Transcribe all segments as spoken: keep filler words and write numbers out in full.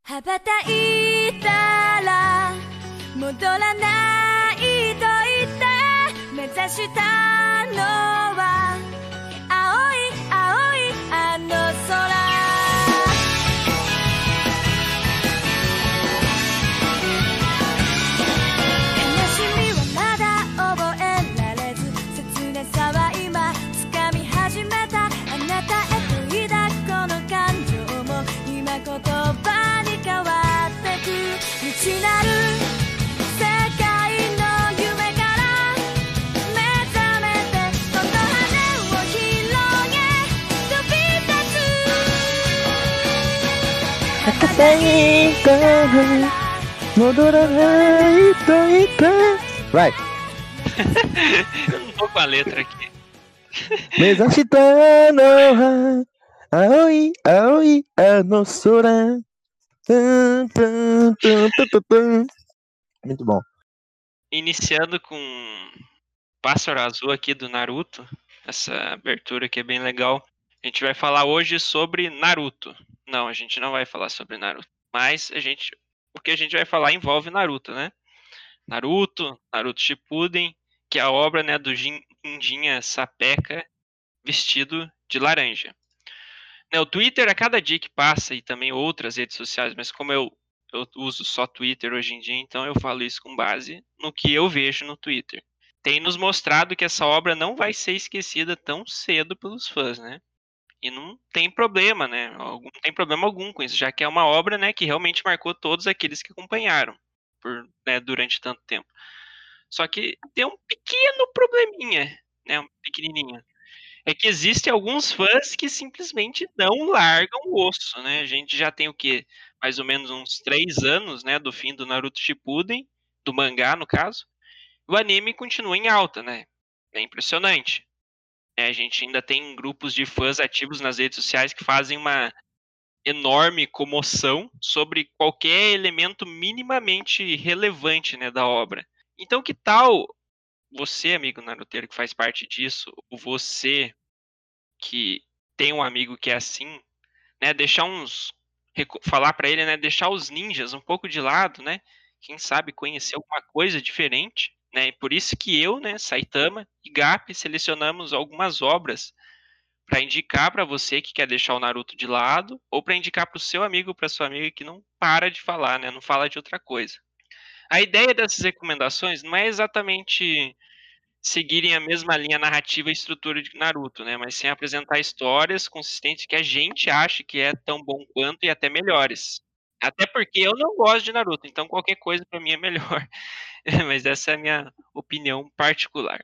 羽ばたいたら戻らないと言って目指したのは青い青いあの空悲しみはまだ覚えられず切なさは今掴み始めたあなたへと抱くこの感情も今言葉に変わってく未知なる世界の夢から目覚めてこの羽を広げ飛び立つ羽ばたいたら戻らないと言って Vai. Eu não tô com a letra aqui. 目指したのは青い青いあの空。Tum, tum, tum, tum, tum, tum. Muito bom. Iniciando com Pássaro Azul aqui do Naruto, essa abertura aqui é bem legal. A gente vai falar hoje sobre Naruto. Não, a gente não vai falar sobre Naruto, mas a gente, o que a gente vai falar envolve Naruto, né? Naruto, Naruto Shippuden, que é a obra, né, do Jin, Ninjinha Sapeca vestido de laranja. Né, o Twitter, a cada dia que passa, e também outras redes sociais, mas como eu, eu uso só Twitter hoje em dia, então eu falo isso com base no que eu vejo no Twitter. Tem nos mostrado que essa obra não vai ser esquecida tão cedo pelos fãs, né? E não tem problema, né? Não tem problema algum com isso, já que é uma obra, né, que realmente marcou todos aqueles que acompanharam por, né, durante tanto tempo. Só que tem um pequeno probleminha, né? Um pequenininho. É que existem alguns fãs que simplesmente não largam o osso, né? A gente já tem o quê? Mais ou menos uns três anos, né, do fim do Naruto Shippuden, do mangá, no caso. O anime continua em alta, né? É impressionante. É, a gente ainda tem grupos de fãs ativos nas redes sociais que fazem uma enorme comoção sobre qualquer elemento minimamente relevante, né, da obra. Então, que tal você, amigo naruteiro, que faz parte disso, ou você que tem um amigo que é assim, né, deixar uns falar para ele, né, deixar os ninjas um pouco de lado, né? Quem sabe conhecer alguma coisa diferente, né? E por isso que eu, né, Saitama e Gap selecionamos algumas obras para indicar para você que quer deixar o Naruto de lado ou para indicar para o seu amigo ou para sua amiga que não para de falar, né? Não fala de outra coisa. A ideia dessas recomendações não é exatamente seguirem a mesma linha narrativa e estrutura de Naruto, né? Mas sim apresentar histórias consistentes que a gente acha que é tão bom quanto e até melhores. Até porque eu não gosto de Naruto, então qualquer coisa para mim é melhor. Mas essa é a minha opinião particular.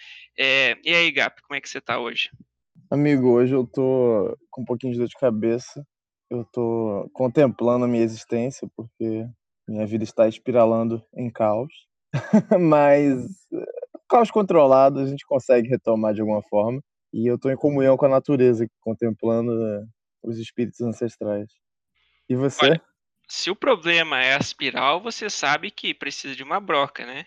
É, e aí, Gap, como é que você tá hoje? Amigo, hoje eu tô com um pouquinho de dor de cabeça. Eu tô contemplando a minha existência, porque minha vida está espiralando em caos. Mas caos controlado a gente consegue retomar de alguma forma. E eu tô em comunhão com a natureza, contemplando né, os espíritos ancestrais. E você? Olha, se o problema é a espiral, você sabe que precisa de uma broca, né?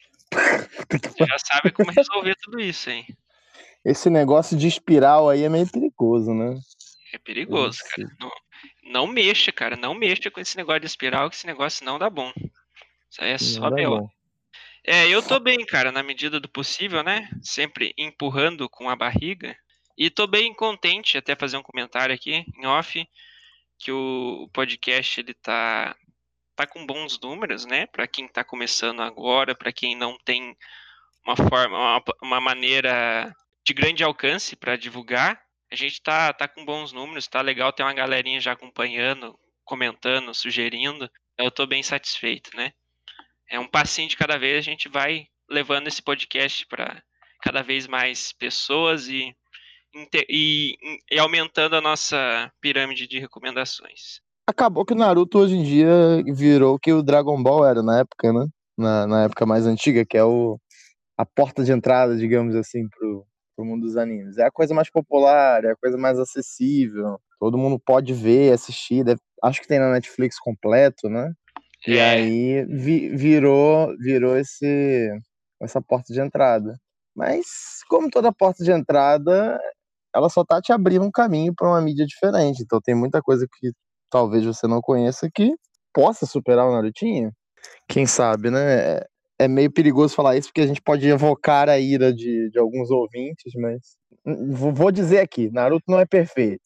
Você já sabe como resolver tudo isso, hein? Esse negócio de espiral aí é meio perigoso, né? É perigoso, cara. Não, não mexa, cara. Não mexa com esse negócio de espiral, que esse negócio não dá bom. Isso aí é só Não dá B O. bom. É, eu tô bem, cara, na medida do possível, né? Sempre empurrando com a barriga. E tô bem contente, até fazer um comentário aqui, em off, que o podcast, ele tá, tá com bons números, né? Pra quem tá começando agora, pra quem não tem uma forma, uma, uma maneira de grande alcance pra divulgar, a gente tá, tá com bons números, tá legal, tem uma galerinha já acompanhando, comentando, sugerindo. Eu tô bem satisfeito, né? É um passinho de cada vez, a gente vai levando esse podcast para cada vez mais pessoas e, e, e aumentando a nossa pirâmide de recomendações. Acabou que o Naruto hoje em dia virou o que o Dragon Ball era na época, né? Na, na época mais antiga, que é o, a porta de entrada, digamos assim, pro, pro mundo dos animes. É a coisa mais popular, é a coisa mais acessível. Todo mundo pode ver, assistir. Deve, acho que tem na Netflix completo, né? E É, aí vi, virou, virou esse, essa porta de entrada. Mas, como toda porta de entrada, ela só tá te abrindo um caminho para uma mídia diferente. Então tem muita coisa que talvez você não conheça que possa superar o Narutinho. Quem sabe, né? É, é meio perigoso falar isso porque a gente pode evocar a ira de, de alguns ouvintes, mas vou dizer aqui, Naruto não é perfeito.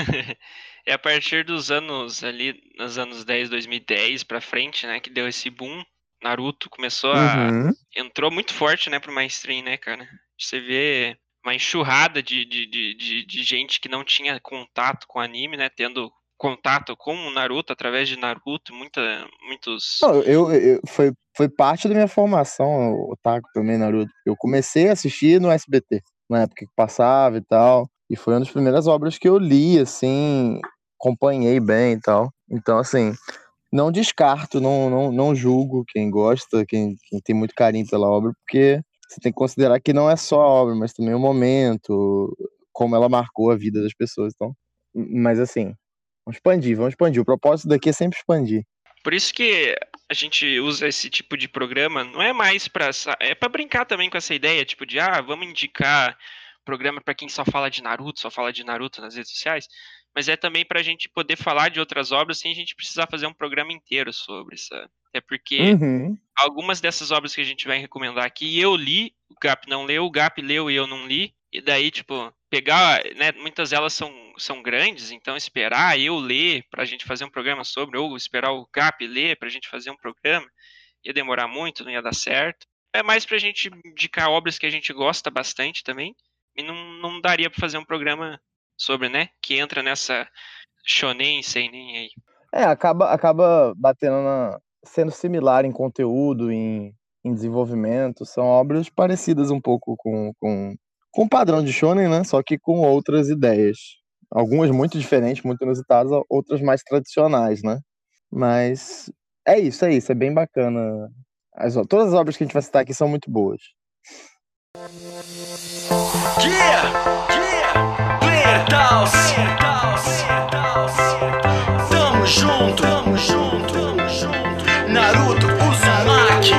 É a partir dos anos ali, nos anos dez, dois mil e dez pra frente, né, que deu esse boom. Naruto começou a... Uhum. Entrou muito forte, né, pro mainstream, né, cara? Você vê uma enxurrada de, de, de, de, de gente que não tinha contato com anime, né, tendo contato com o Naruto através de Naruto, muita, muitos... Não, eu, eu, foi, foi parte da minha formação, o otaku também, Naruto. Eu comecei a assistir no S B T, na época que passava e tal, e foi uma das primeiras obras que eu li, assim, acompanhei bem e tal. Então, assim, não descarto, não, não, não julgo quem gosta, quem, quem tem muito carinho pela obra, porque você tem que considerar que não é só a obra, mas também o momento, como ela marcou a vida das pessoas. Então, mas assim, vamos expandir, vamos expandir. O propósito daqui é sempre expandir. Por isso que a gente usa esse tipo de programa, não é mais pra... É pra brincar também com essa ideia, tipo de, ah, vamos indicar programa pra quem só fala de Naruto, só fala de Naruto nas redes sociais, mas é também pra gente poder falar de outras obras sem a gente precisar fazer um programa inteiro sobre, sabe? É porque Uhum. algumas dessas obras que a gente vai recomendar aqui, eu li, o Gap não leu, o Gap leu e eu não li, e daí, tipo, pegar, né, muitas delas são, são grandes, então esperar eu ler pra gente fazer um programa sobre, ou esperar o Gap ler pra gente fazer um programa, ia demorar muito, não ia dar certo. É mais pra gente indicar obras que a gente gosta bastante também, e não, não daria pra fazer um programa sobre, né, que entra nessa shonen, seinen aí. É, acaba, acaba batendo na, sendo similar em conteúdo, em, em desenvolvimento, são obras parecidas um pouco com, com, com o padrão de shonen, né? Só que com outras ideias. Algumas muito diferentes, muito inusitadas, outras mais tradicionais, né? Mas é isso, é isso, é bem bacana. As, todas as obras que a gente vai citar aqui são muito boas. Yeah, yeah, Player Taos, tamo junto, tamo junto, tamo junto. Naruto Uzumaki,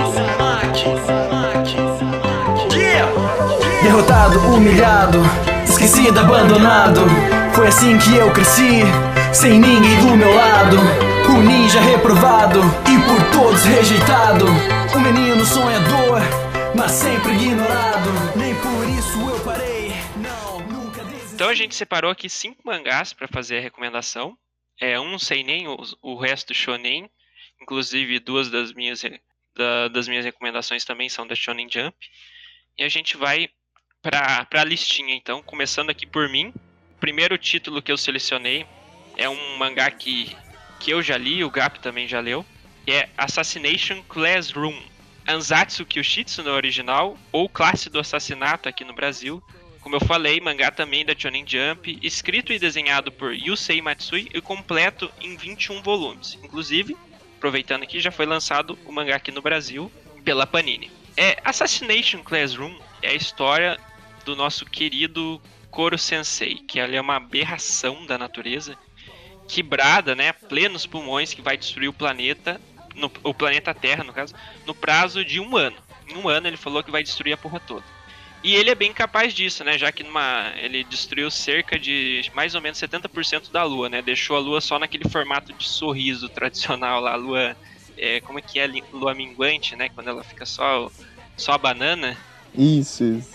yeah. Derrotado, humilhado, esquecido, abandonado. Foi assim que eu cresci, sem ninguém do meu lado. O ninja reprovado e por todos rejeitado. O menino sonhador, mas sempre ignorado. Nem por isso eu parei, não, nunca desisti. Então a gente separou aqui cinco mangás para fazer a recomendação. É um seinen, o, o resto shonen. Inclusive duas das minhas, da, das minhas recomendações também são da Shonen Jump. E a gente vai para a listinha então, começando aqui por mim. O primeiro título que eu selecionei é um mangá que, que eu já li, o Gap também já leu. Que é Assassination Classroom. Ansatsu Kyushitsu no original, ou Classe do Assassinato aqui no Brasil. Como eu falei, mangá também da Shonen Jump, escrito e desenhado por Yusei Matsui e completo em vinte e um volumes. Inclusive, aproveitando aqui, já foi lançado o mangá aqui no Brasil pela Panini. É, Assassination Classroom é a história do nosso querido Koro Sensei, que ele é uma aberração da natureza, quebrada, né, plenos pulmões, que vai destruir o planeta, no, o planeta Terra, no caso, no prazo de um ano. Em um ano ele falou que vai destruir a porra toda. E ele é bem capaz disso, né? Já que numa, ele destruiu cerca de mais ou menos setenta por cento da Lua, né? Deixou a Lua só naquele formato de sorriso tradicional lá. A Lua, é, como é que é? Lua minguante, né? Quando ela fica só, só a banana. Isso, isso.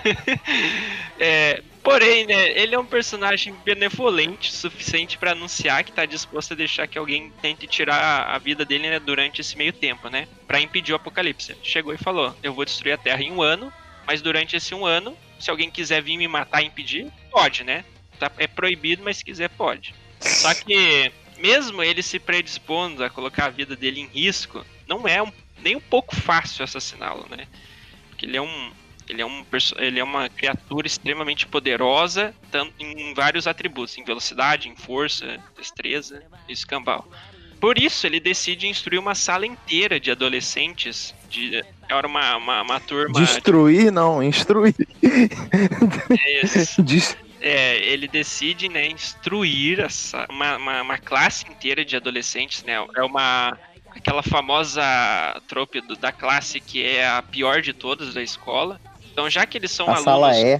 é, porém, né? Ele é um personagem benevolente o suficiente para anunciar que tá disposto a deixar que alguém tente tirar a vida dele, né, durante esse meio tempo, né? Pra impedir o apocalipse. Chegou e falou, eu vou destruir a Terra em um ano. Mas durante esse um ano, se alguém quiser vir me matar e impedir, pode, né? Tá, é proibido, mas se quiser, pode. Só que, mesmo ele se predispondo a colocar a vida dele em risco, não é um, nem um pouco fácil assassiná-lo, né? Porque ele é um, ele é um, ele é uma criatura extremamente poderosa, tanto em vários atributos, em velocidade, em força, destreza e escambau. Por isso, ele decide instruir uma sala inteira de adolescentes. De, era uma, uma, uma turma... Destruir, de... não, instruir. É isso. Des... É, ele decide, né, instruir essa, uma, uma, uma classe inteira de adolescentes, né? É uma... aquela famosa trope do, da classe que é a pior de todas da escola. Então, já que eles são a alunos... Sala E.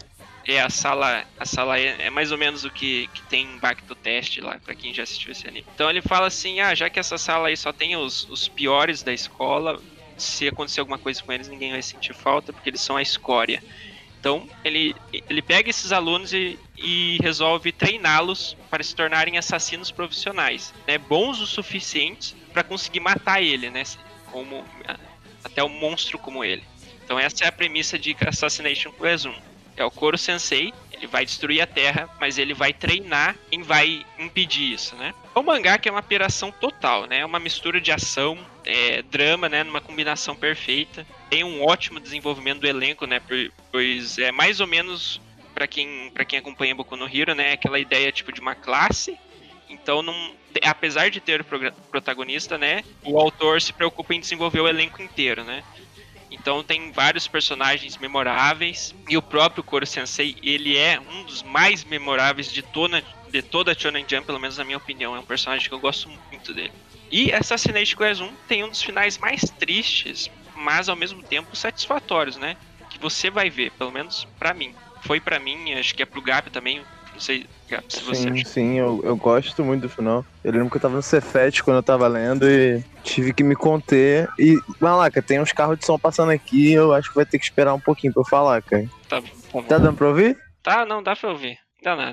porque a sala, a sala é, é mais ou menos o que, que tem em Bacto Teste lá, pra quem já assistiu esse anime. Então ele fala assim, ah, já que essa sala aí só tem os, os piores da escola, se acontecer alguma coisa com eles, ninguém vai sentir falta, porque eles são a escória. Então ele, ele pega esses alunos e, e resolve treiná-los para se tornarem assassinos profissionais, né, bons o suficientes para conseguir matar ele, né, como, até um monstro como ele. Então essa é a premissa de Assassination Class um. É o Koro Sensei, ele vai destruir a Terra, mas ele vai treinar quem vai impedir isso, né? O mangá que é uma piração total, né? É uma mistura de ação, é, drama, né? Numa combinação perfeita. Tem um ótimo desenvolvimento do elenco, né? Pois é mais ou menos, para quem, pra quem acompanha Boku no Hero, né? Aquela ideia tipo de uma classe. Então, não, apesar de ter o protagonista, né? O autor se preocupa em desenvolver o elenco inteiro, né? Então tem vários personagens memoráveis. E o próprio Koro Sensei, ele é um dos mais memoráveis de toda, de toda a Shonen Jump, pelo menos na minha opinião. É um personagem que eu gosto muito dele. E Assassination Class um tem um dos finais mais tristes, mas ao mesmo tempo satisfatórios, né? Que você vai ver, pelo menos pra mim. Foi pra mim, acho que é pro Gap também. Não sei, Gap, se você Sim, acha. sim, eu, eu gosto muito do final. Eu lembro que eu tava no Cefet quando eu tava lendo e tive que me conter. E, Malaca, tem uns carros de som passando aqui, eu acho que vai ter que esperar um pouquinho pra eu falar, cara. Tá, bom. Tá dando pra ouvir? Tá, não, dá pra ouvir. Não dá nada.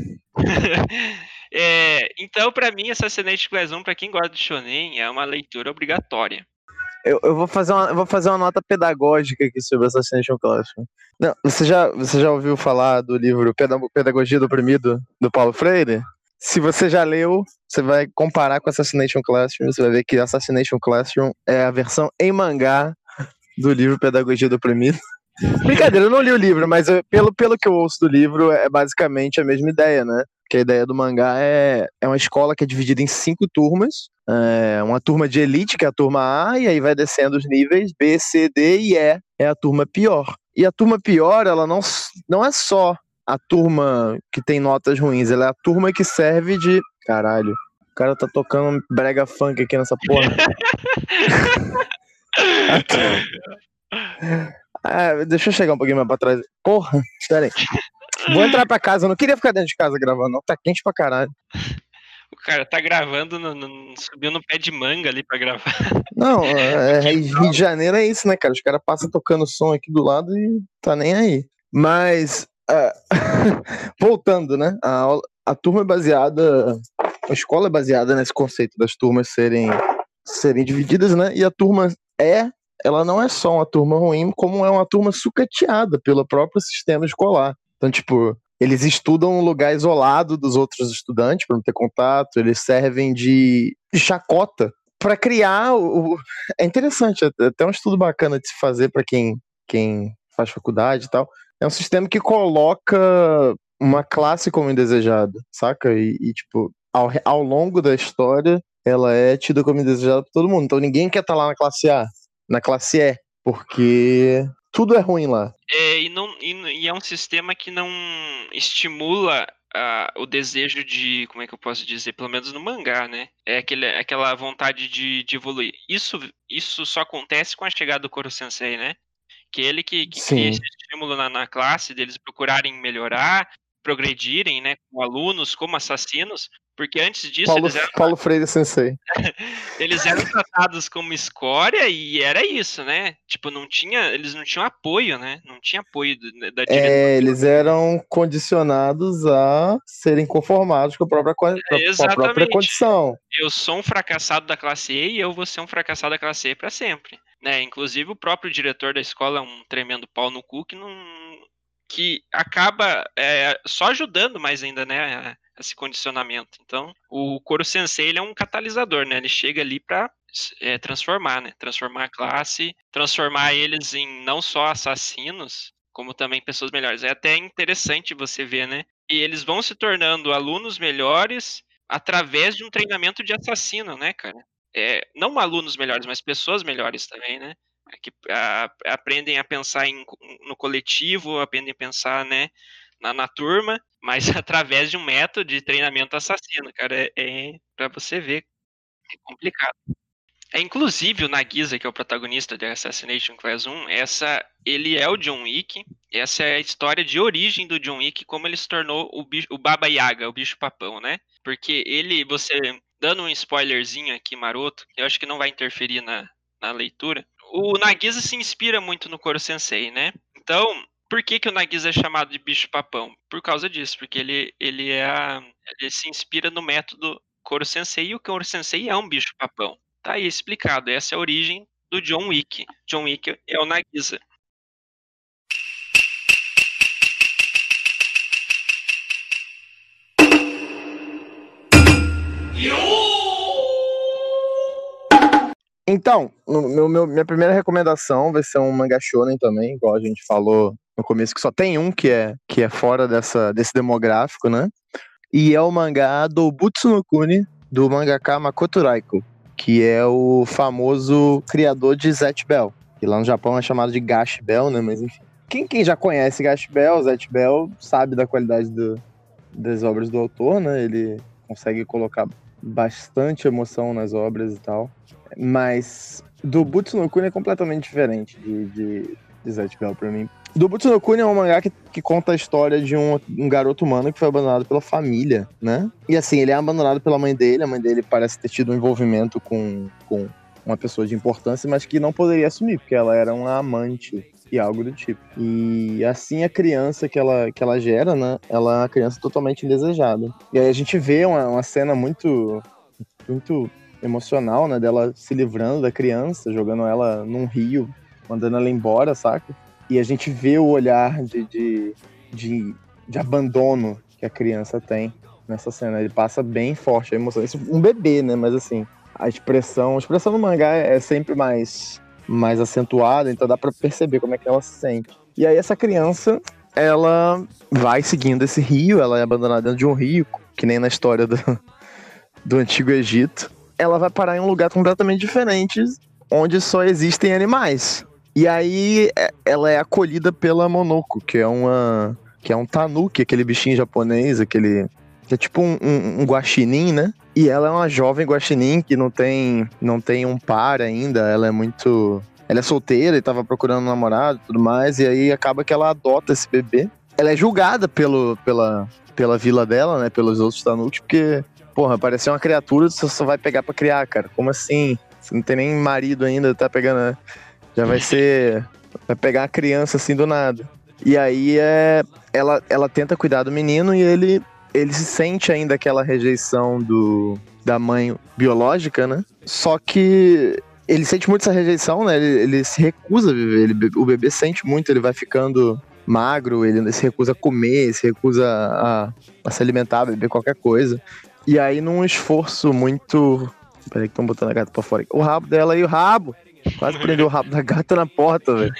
é, então, pra mim, Assassination Class um, pra quem gosta de Shonen, é uma leitura obrigatória. Eu, eu, vou fazer uma, eu vou fazer uma nota pedagógica aqui sobre Assassination Classroom. Não, você, já, você já ouviu falar do livro Pedagogia do Oprimido, do Paulo Freire? Se você já leu, você vai comparar com Assassination Classroom, você vai ver que Assassination Classroom é a versão em mangá do livro Pedagogia do Oprimido. Brincadeira, eu não li o livro, mas eu, pelo, pelo que eu ouço do livro, é basicamente a mesma ideia, né? Que a ideia do mangá é, é uma escola que é dividida em cinco turmas. É uma turma de elite, que é a turma A, e aí vai descendo os níveis B, C, D e E, é a turma pior. E a turma pior, ela não, não é só a turma que tem notas ruins, ela é a turma que serve de... Caralho, o cara tá tocando brega funk aqui nessa porra. Ah, deixa eu chegar um pouquinho mais pra trás. Porra, espera aí. Vou entrar pra casa, eu não queria ficar dentro de casa gravando, não. Tá quente pra caralho. O cara tá gravando, no, no, subiu no pé de manga ali pra gravar. Não, é, Rio de Janeiro é isso, né, cara? Os caras passam tocando som aqui do lado e tá nem aí. Mas, uh, voltando, né? A, a turma é baseada... A escola é baseada nesse conceito das turmas serem, serem divididas, né? E a turma é... Ela não é só uma turma ruim, como é uma turma sucateada pelo próprio sistema escolar. Então, tipo, eles estudam num lugar isolado dos outros estudantes, para não ter contato, eles servem de, de chacota para criar o... É interessante, é até um estudo bacana de se fazer para quem, quem faz faculdade e tal. É um sistema que coloca uma classe como indesejada, saca? E, e tipo, ao, ao longo da história, ela é tida como indesejada por todo mundo. Então ninguém quer estar lá na classe A, na classe E, porque tudo é ruim lá. É, e, não, e, e é um sistema que não estimula uh, o desejo de, como é que eu posso dizer, pelo menos no mangá, né? É aquele, aquela vontade de, de evoluir. Isso, isso só acontece com a chegada do Koro Sensei, né? Que ele que, que cria esse estímulo na, na classe, deles procurarem melhorar, progredirem, né? Como alunos, como assassinos. Porque antes disso, Paulo, eles eram... Paulo Freire Sensei. Eles eram tratados como escória e era isso, né? Tipo, não tinha, eles não tinham apoio, né? Não tinha apoio da diretoria. É, eles eram condicionados a serem conformados com a própria, com a própria condição. Eu sou um fracassado da classe E e eu vou ser um fracassado da classe E para sempre, né? Inclusive o próprio diretor da escola é um tremendo pau no cu que não, que acaba é, só ajudando mais ainda, né? Esse condicionamento. Então, o Koro Sensei, ele é um catalisador, né? Ele chega ali para é, transformar, né? Transformar a classe, transformar eles em não só assassinos, como também pessoas melhores. É até interessante você ver, né? E eles vão se tornando alunos melhores através de um treinamento de assassino, né, cara? É, não alunos melhores, mas pessoas melhores também, né? Que a, aprendem a pensar em, no coletivo, aprendem a pensar, né? Na, na turma, mas através de um método de treinamento assassino, cara, é, é para você ver, é complicado. É, inclusive, o Nagisa, que é o protagonista de Assassination Class um, essa, ele é o John Wick. Essa é a história de origem do John Wick, como ele se tornou o, bicho, o Baba Yaga, o bicho-papão, né? Porque ele, você, dando um spoilerzinho aqui maroto, eu acho que não vai interferir na, na leitura, o Nagisa se inspira muito no Koro Sensei, né? Então, por que, que o Nagisa é chamado de bicho-papão? Por causa disso, porque ele, ele, é a, ele se inspira no método Koro Sensei, e o Koro Sensei é um bicho-papão. Tá aí explicado, essa é a origem do John Wick. John Wick é o Nagisa. Então, no meu, meu- minha primeira recomendação vai ser um mangá shonen também, igual a gente falou no começo, que só tem um que é, que é fora dessa, desse demográfico, né? E é o mangá do Butsu no Kuni, do mangaka Makoto Raiko, que é o famoso criador de Zatch Bell, que lá no Japão é chamado de Gash Bell, né? Mas enfim. Quem, quem já conhece Gash Bell, Zatch Bell, sabe da qualidade do- das obras do autor, né? Ele consegue colocar bastante emoção nas obras e tal. Mas do Butsu no Kuni é completamente diferente de, de, de Zatch Bell pra mim. Do Butsu no Kuni é um mangá que, que conta a história de um, um garoto humano que foi abandonado pela família, né? E assim, ele é abandonado pela mãe dele, a mãe dele parece ter tido um envolvimento com, com uma pessoa de importância, mas que não poderia assumir, porque ela era uma amante e algo do tipo. E assim a criança que ela, que ela gera, né? Ela é uma criança totalmente indesejada. E aí a gente vê uma, uma cena muito, muito emocional, né? Dela se livrando da criança, jogando ela num rio, mandando ela embora, saca? E a gente vê o olhar de, de, de, de abandono que a criança tem nessa cena. Ele passa bem forte a emoção. Isso, um bebê, né? Mas assim, a expressão, a expressão no mangá é sempre mais, mais acentuada, então dá pra perceber como é que ela se sente. E aí essa criança, ela vai seguindo esse rio, ela é abandonada dentro de um rio, que nem na história do, do Antigo Egito. Ela vai parar em um lugar completamente diferente, onde só existem animais. E aí ela é acolhida pela Monoko, que é uma que é um tanuki, aquele bichinho japonês, aquele que é tipo um, um, um guaxinim, né? E ela é uma jovem guaxinim que não tem não tem um par ainda, ela é muito ela é solteira e tava procurando um namorado e tudo mais, e aí acaba que ela adota esse bebê. Ela é julgada pelo, pela, pela vila dela, né, pelos outros tanuki, porque, porra, parecer uma criatura você só vai pegar pra criar, cara. Como assim? Você não tem nem marido ainda, tá pegando, né? Já vai ser... Vai pegar a criança assim do nada. E aí é, ela, ela tenta cuidar do menino e ele, ele se sente ainda aquela rejeição do, da mãe biológica, né? Só que ele sente muito essa rejeição, né? Ele, ele se recusa a viver. Ele, o bebê sente muito, ele vai ficando magro, ele se recusa a comer, se recusa a, a se alimentar, a beber qualquer coisa. E aí num esforço muito... Peraí que estão botando a gata pra fora. O rabo dela aí, o rabo! Quase prendeu o rabo da gata na porta, velho.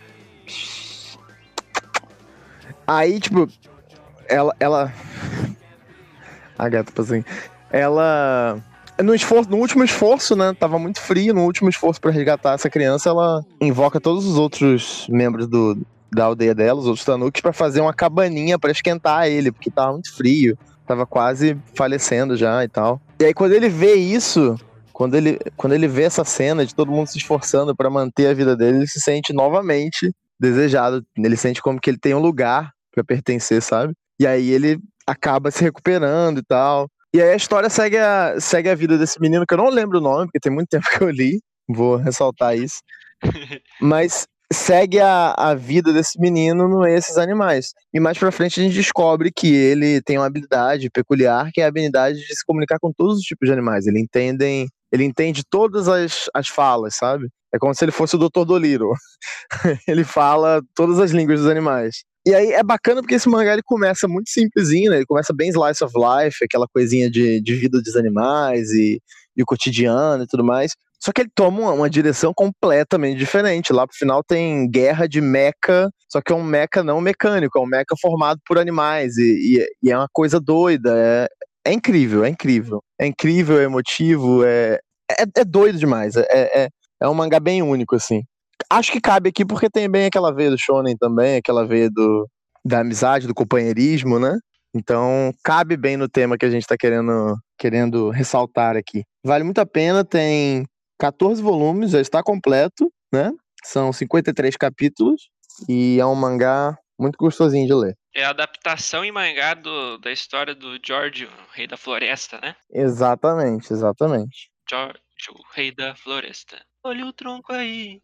Aí, tipo, ela, ela... A gata, tipo assim... Ela... No, esforço, no último esforço, né? Tava muito frio. No último esforço pra resgatar essa criança, ela invoca todos os outros membros do, da aldeia dela, os outros tanuki, pra fazer uma cabaninha pra esquentar ele, porque tava muito frio. Tava quase falecendo já e tal. E aí, quando ele vê isso... Quando ele, quando ele vê essa cena de todo mundo se esforçando pra manter a vida dele, ele se sente novamente desejado. Ele sente como que ele tem um lugar pra pertencer, sabe? E aí ele acaba se recuperando e tal. E aí a história segue a, segue a vida desse menino, que eu não lembro o nome, porque tem muito tempo que eu li. Vou ressaltar isso. Mas segue a, a vida desse menino no esses animais. E mais pra frente a gente descobre que ele tem uma habilidade peculiar, que é a habilidade de se comunicar com todos os tipos de animais. Ele entende, ele entende todas as, as falas, sabe? É como se ele fosse o doutor Dolittle. Ele fala todas as línguas dos animais. E aí é bacana porque esse mangá ele começa muito simplesinho, né? Ele começa bem slice of life, aquela coisinha de, de vida dos animais e, e o cotidiano e tudo mais. Só que ele toma uma, uma direção completamente diferente. Lá pro final tem guerra de mecha, só que é um mecha não mecânico, é um mecha formado por animais. E, e, e é uma coisa doida. É, é incrível, é incrível. É incrível, é emotivo, é, é, é doido demais. É, é, é um mangá bem único, assim. Acho que cabe aqui porque tem bem aquela veia do shonen também, aquela veia do, da amizade, do companheirismo, né? Então, cabe bem no tema que a gente tá querendo, querendo ressaltar aqui. Vale muito a pena, tem... quatorze volumes, já está completo, né? São cinquenta e três capítulos e é um mangá muito gostosinho de ler. É a adaptação em mangá do, da história do George, o Rei da Floresta, né? Exatamente, exatamente. George, o Rei da Floresta. Olha o tronco aí.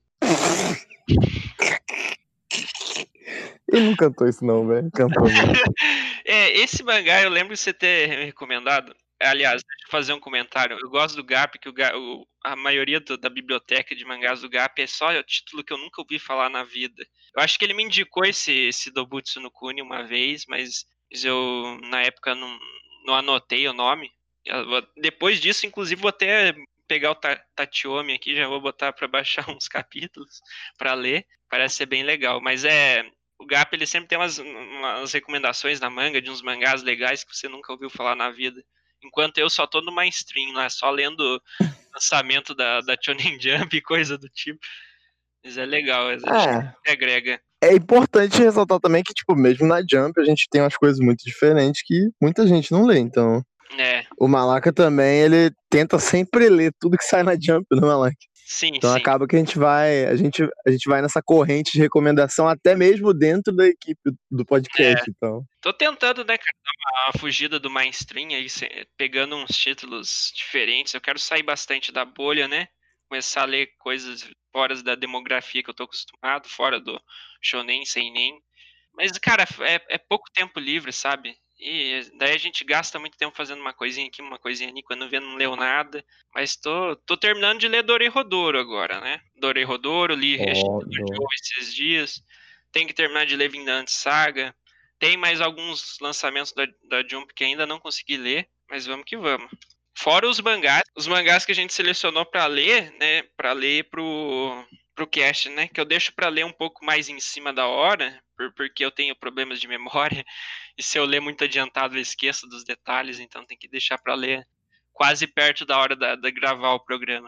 Ele não cantou isso não, velho. Cantou não. É, esse mangá eu lembro de você ter recomendado. Aliás, deixa eu fazer um comentário. Eu gosto do Gap, que o, Ga- o- a maioria do- da biblioteca de mangás do Gap é só o título que eu nunca ouvi falar na vida. Eu acho que ele me indicou esse, esse Dobutsu no Kuni uma vez, mas eu, na época, não, não anotei o nome. Eu vou- depois disso, inclusive, vou até pegar o Ta- Tachiomi aqui, já vou botar pra baixar uns capítulos pra ler. Parece ser bem legal, mas é... O Gap, ele sempre tem umas, umas recomendações na manga, de uns mangás legais que você nunca ouviu falar na vida. Enquanto eu só tô no mainstream lá, só lendo lançamento da, da Shonen Jump e coisa do tipo. Mas é legal, a gente É, agrega. é importante ressaltar também que, tipo, mesmo na Jump a gente tem umas coisas muito diferentes que muita gente não lê, então... É, O Malaka também, ele tenta sempre ler tudo que sai na Jump, né, Malaka? sim, Então sim. acaba que a gente vai, a gente, a gente vai nessa corrente de recomendação até mesmo dentro da equipe do podcast, então. Tô tentando, né, cara, dar uma fugida do mainstream aí, se- pegando uns títulos diferentes. Eu quero sair bastante da bolha, né? Começar a ler coisas fora da demografia que eu tô acostumado, fora do shonen, seinen. Mas, cara, é, é pouco tempo livre, sabe? E daí a gente gasta muito tempo fazendo uma coisinha aqui, uma coisinha ali, quando vê não leu nada. Mas tô, tô terminando de ler Dorei-Rodoro agora, né? Dorei-Rodoro, li Resident Ó, Evil esses dias. Tem que terminar de ler Vinland Saga. Tem mais alguns lançamentos da, da Jump que ainda não consegui ler, mas vamos que vamos. Fora os mangás, os mangás que a gente selecionou pra ler, né? Pra ler pro, pro cast, né? Que eu deixo pra ler um pouco mais em cima da hora, por- porque eu tenho problemas de memória. E se eu ler muito adiantado, eu esqueço dos detalhes, então tem que deixar pra ler quase perto da hora da, da gravar o programa.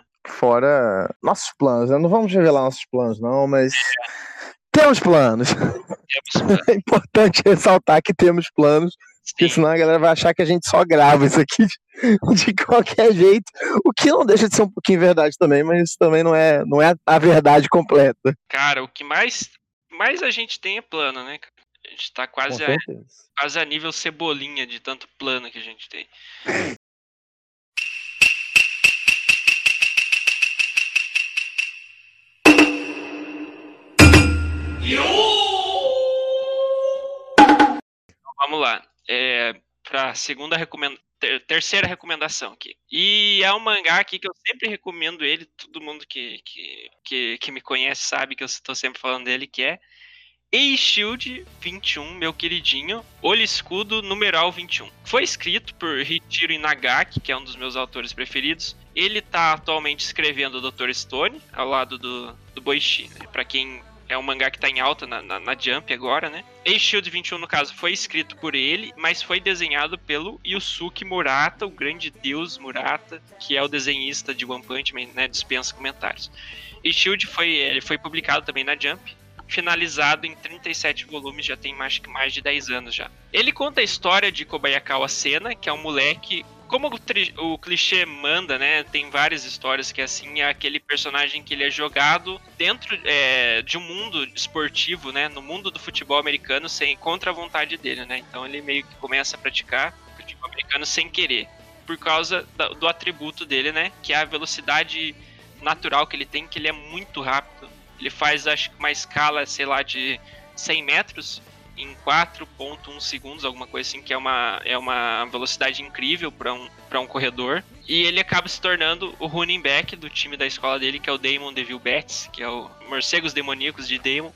fora nossos planos, né? Não vamos revelar nossos planos, não, mas temos planos. Temos, É importante ressaltar que temos planos, porque sim, senão a galera vai achar que a gente só grava isso aqui de, de qualquer jeito, o que não deixa de ser um pouquinho verdade também, mas isso também não é, não é a verdade completa. cara, o que mais, mais a gente tem é plano, né, cara? A gente tá Com quase a, certeza. quase a nível cebolinha de tanto plano que a gente tem. Vamos lá. É, para segunda recomenda ter, terceira recomendação aqui. E é um mangá aqui que eu sempre recomendo ele. Todo mundo que, que, que, que me conhece sabe que eu estou sempre falando dele, que é Eishield vinte e um, meu queridinho, Olho Escudo, numeral vinte e um. Foi escrito por Hichiro Inagaki, que é um dos meus autores preferidos. Ele está atualmente escrevendo o doutor Stone, ao lado do, do Boichi, né? Para quem é um mangá que tá em alta na, na, na Jump agora, né? Eishield vinte e um, no caso, foi escrito por ele, mas foi desenhado pelo Yusuke Murata, o grande deus Murata, que é o desenhista de One Punch Man, né? Dispensa comentários. Eishield foi, ele foi publicado também na Jump, finalizado em trinta e sete volumes, já tem mais, mais de dez anos já. Ele conta a história de Kobayakawa Sena, que é um moleque... Como o, tri, o clichê manda, né? Tem várias histórias que assim, é aquele personagem que ele é jogado dentro é, de um mundo esportivo, né? No mundo do futebol americano, sem, contra a vontade dele, né? Então ele meio que começa a praticar futebol americano sem querer, por causa da, do atributo dele, né? Que é a velocidade natural que ele tem, que ele é muito rápido. Ele faz, acho que uma escala, sei lá, de cem metros em quatro ponto um segundos, alguma coisa assim, que é uma, é uma velocidade incrível para um, para um corredor. E ele acaba se tornando o running back do time da escola dele, que é o Damon Devil Bats, que é o Morcegos Demoníacos de Damon.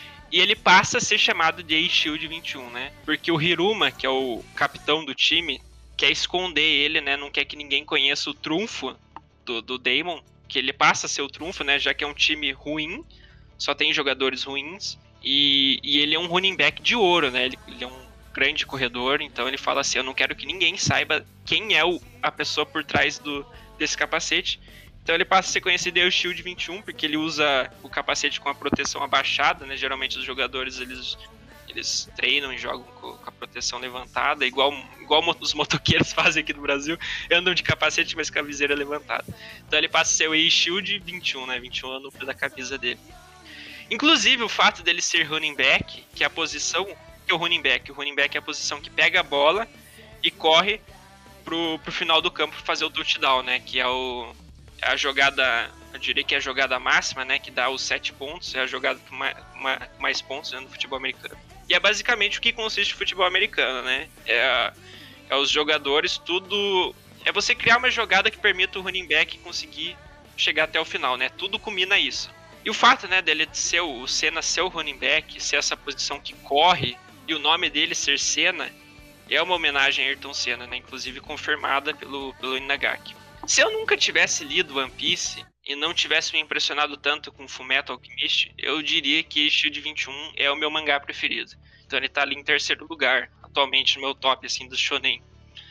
E ele passa a ser chamado de Eishield vinte e um, né? Porque o Hiruma, que é o capitão do time, quer esconder ele, né? Não quer que ninguém conheça o trunfo do, do Damon, que ele passa a ser o trunfo, né? Já que é um time ruim, só tem jogadores ruins. E, e ele é um running back de ouro, né? Ele, ele é um grande corredor, então ele fala assim, eu não quero que ninguém saiba quem é o, a pessoa por trás do, desse capacete. Então ele passa a ser conhecido aí o Shield vinte e um, porque ele usa o capacete com a proteção abaixada, né? Geralmente os jogadores, eles, eles treinam e jogam com, com a proteção levantada, igual, igual os motoqueiros fazem aqui no Brasil, andam de capacete, mas com a viseira levantada. Então ele passa a ser o A-Shield vinte e um, né? vinte e um é o número da camisa dele. Inclusive, o fato dele ser running back, que é a posição que é o running back. O running back é a posição que pega a bola e corre pro, pro final do campo fazer o touchdown, né? Que é o, a jogada, eu diria que é a jogada máxima, né? Que dá os sete pontos, é a jogada com mais, mais pontos, né, no futebol americano. E é basicamente o que consiste o futebol americano, né? É, é os jogadores, tudo... É você criar uma jogada que permita o running back conseguir chegar até o final, né? Tudo culmina isso. E o fato, né, dele ser o, o Senna ser o running back, ser essa posição que corre, e o nome dele ser Senna, é uma homenagem a Ayrton Senna, né? Inclusive confirmada pelo, pelo Inagaki. Se eu nunca tivesse lido One Piece e não tivesse me impressionado tanto com Fullmetal Alchemist, eu diria que Shield vinte e um é o meu mangá preferido. Então ele tá ali em terceiro lugar, atualmente no meu top, assim, do shonen.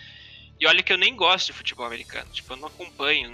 E olha que eu nem gosto de futebol americano, tipo, eu não acompanho,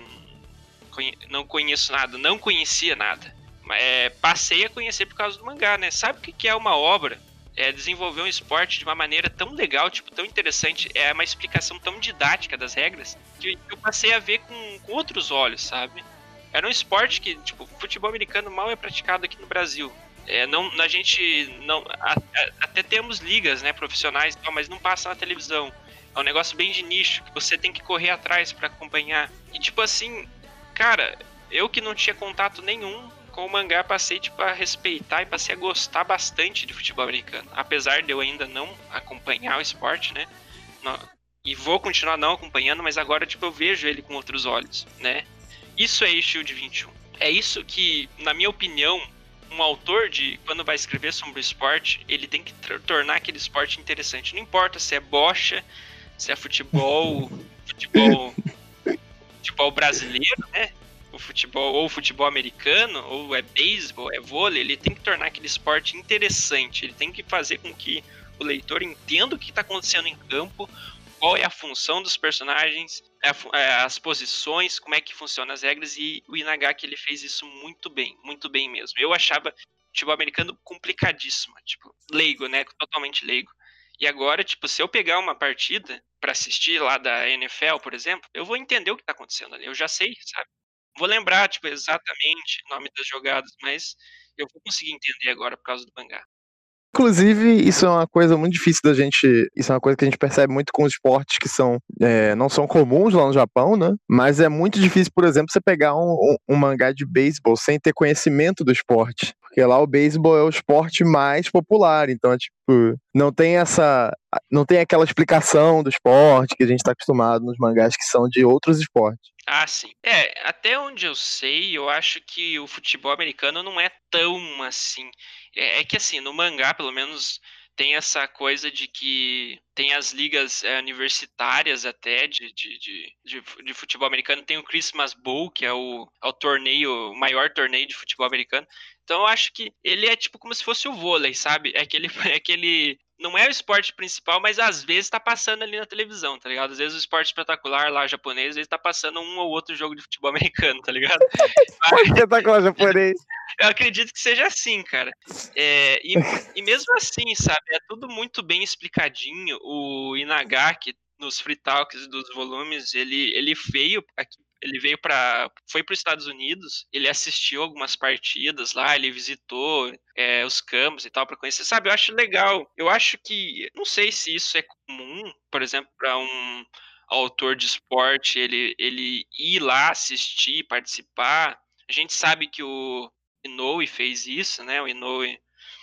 não conheço nada, não conhecia nada. É, passei a conhecer por causa do mangá, né? Sabe o que é uma obra? É desenvolver um esporte de uma maneira tão legal, tipo, tão interessante, é uma explicação tão didática das regras, que eu passei a ver com, com outros olhos, sabe? Era um esporte que, tipo, futebol americano mal é praticado aqui no Brasil. É, não, a gente não, a, a, até temos ligas, né, profissionais, mas não passa na televisão. É um negócio bem de nicho, que você tem que correr atrás pra acompanhar. E, tipo assim, cara, eu que não tinha contato nenhum com o mangá, passei tipo, a respeitar e passei a gostar bastante de futebol americano. Apesar de eu ainda não acompanhar o esporte, né? Não, e vou continuar não acompanhando, mas agora tipo, eu vejo ele com outros olhos, né? Isso é Shield vinte e um. É isso que, na minha opinião, um autor, de quando vai escrever sobre o esporte, ele tem que tornar aquele esporte interessante. Não importa se é bocha, se é futebol, futebol, futebol brasileiro, né? O futebol, ou futebol americano, ou é beisebol, é vôlei, ele tem que tornar aquele esporte interessante, ele tem que fazer com que o leitor entenda o que está acontecendo em campo, qual é a função dos personagens, as posições, como é que funcionam as regras, e o Inagaki ele fez isso muito bem, muito bem mesmo. Eu achava futebol americano complicadíssimo, tipo, leigo, né, totalmente leigo. E agora, tipo, se eu pegar uma partida pra assistir lá da N F L, por exemplo, eu vou entender o que tá acontecendo ali, eu já sei, sabe? Vou lembrar, tipo, exatamente o nome das jogadas, mas eu vou conseguir entender agora por causa do mangá. Inclusive, isso é uma coisa muito difícil da gente... Isso é uma coisa que a gente percebe muito com os esportes que são, é, não são comuns lá no Japão, né? Mas é muito difícil, por exemplo, você pegar um, um, um mangá de beisebol sem ter conhecimento do esporte. Porque lá o beisebol é o esporte mais popular. Então, é tipo... Não tem essa... Não tem aquela explicação do esporte que a gente está acostumado nos mangás que são de outros esportes. Ah, sim. É, até onde eu sei, eu acho que o futebol americano não é tão assim. É, é que assim, no mangá, pelo menos, tem essa coisa de que tem as ligas é, universitárias até de, de, de, de, de futebol americano. Tem o Christmas Bowl, que é o, é o torneio, o maior torneio de futebol americano. Então eu acho que ele é tipo como se fosse o vôlei, sabe? É aquele, é aquele não é o esporte principal, mas às vezes tá passando ali na televisão, tá ligado? Às vezes o esporte espetacular lá, japonês, às vezes tá passando um ou outro jogo de futebol americano, tá ligado? Mas... espetacular japonês. Eu acredito que seja assim, cara. É, e, e mesmo assim, sabe? É tudo muito bem explicadinho. O Inagaki, nos free talks dos volumes, ele, ele veio aqui. Ele veio para, foi para os Estados Unidos, ele assistiu algumas partidas lá, ele visitou é, os campos e tal para conhecer, sabe? Eu acho legal. Eu acho que, não sei se isso é comum, por exemplo, para um autor de esporte, ele, ele ir lá assistir, participar. A gente sabe que o Inoue fez isso, né? O Inoue.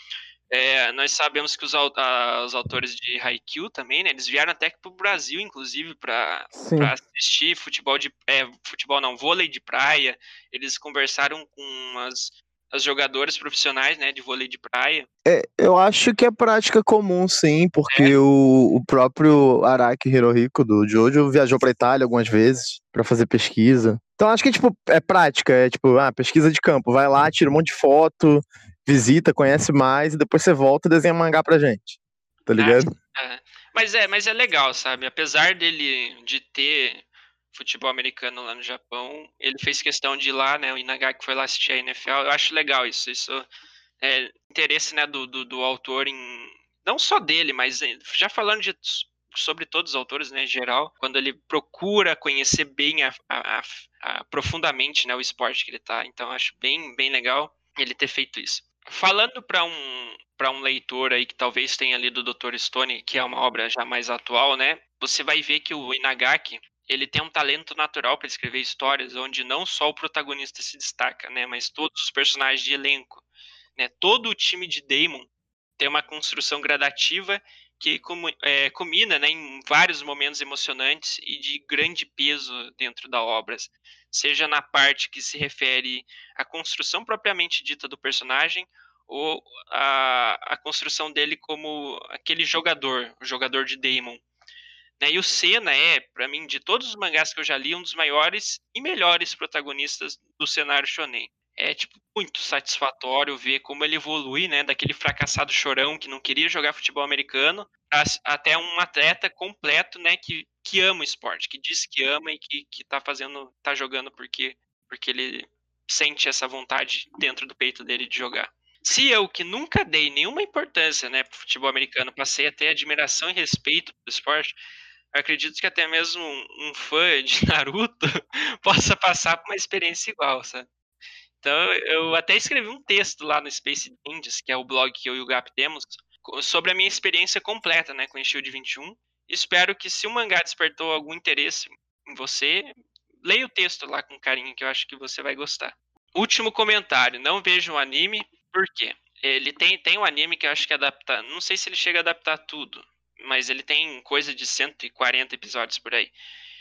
É, nós sabemos que os, a, os autores de Haikyuu também, né? Eles vieram até para o Brasil, inclusive, para assistir futebol de é, futebol não, vôlei de praia. Eles conversaram com as, as jogadoras profissionais, né, de vôlei de praia. É, eu acho que é prática comum, sim, porque é. o, o próprio Araki Hirohiko do Jojo viajou para Itália algumas vezes para fazer pesquisa. Então acho que tipo é prática, é tipo, ah, pesquisa de campo, vai lá, tira um monte de foto, visita, conhece mais e depois você volta e desenha mangá pra gente. Tá ligado? Ah, é. Mas é, mas é legal, sabe? Apesar dele de ter futebol americano lá no Japão, ele fez questão de ir lá, né? O Inagaki foi lá assistir a N F L. Eu acho legal isso. Isso é interesse, né, do, do, do autor em não só dele, mas já falando de, sobre todos os autores, né, em geral, quando ele procura conhecer bem, a, a, a, a, profundamente, né, o esporte que ele tá. Então, acho bem, bem legal ele ter feito isso. Falando para um, para um leitor aí que talvez tenha lido o doutor Stone, que é uma obra já mais atual, né, você vai ver que o Inagaki, ele tem um talento natural para escrever histórias onde não só o protagonista se destaca, né, mas todos os personagens de elenco, né, todo o time de Daemon tem uma construção gradativa que com, é, culmina, né, em vários momentos emocionantes e de grande peso dentro da obra, seja na parte que se refere à construção propriamente dita do personagem ou a, a construção dele como aquele jogador, o jogador de Daemon. Né? E o Senna é, para mim, de todos os mangás que eu já li, um dos maiores e melhores protagonistas do cenário shonen. É tipo muito satisfatório ver como ele evolui, né, daquele fracassado chorão que não queria jogar futebol americano a, até um atleta completo, né, que, que ama o esporte, que diz que ama e que, que tá fazendo, tá jogando porque, porque ele sente essa vontade dentro do peito dele de jogar. Se eu, que nunca dei nenhuma importância, né, pro futebol americano, passei a ter admiração e respeito pelo esporte, eu acredito que até mesmo um, um fã de Naruto possa passar por uma experiência igual, sabe? Então, eu até escrevi um texto lá no Space Indies, que é o blog que eu e o Gap temos, sobre a minha experiência completa, né, com o Shield vinte e um. Espero que, se o mangá despertou algum interesse em você, leia o texto lá com carinho, que eu acho que você vai gostar. Último comentário, não vejo um anime, por quê? Ele tem, tem um anime que eu acho que adapta, não sei se ele chega a adaptar tudo, mas ele tem coisa de cento e quarenta episódios por aí.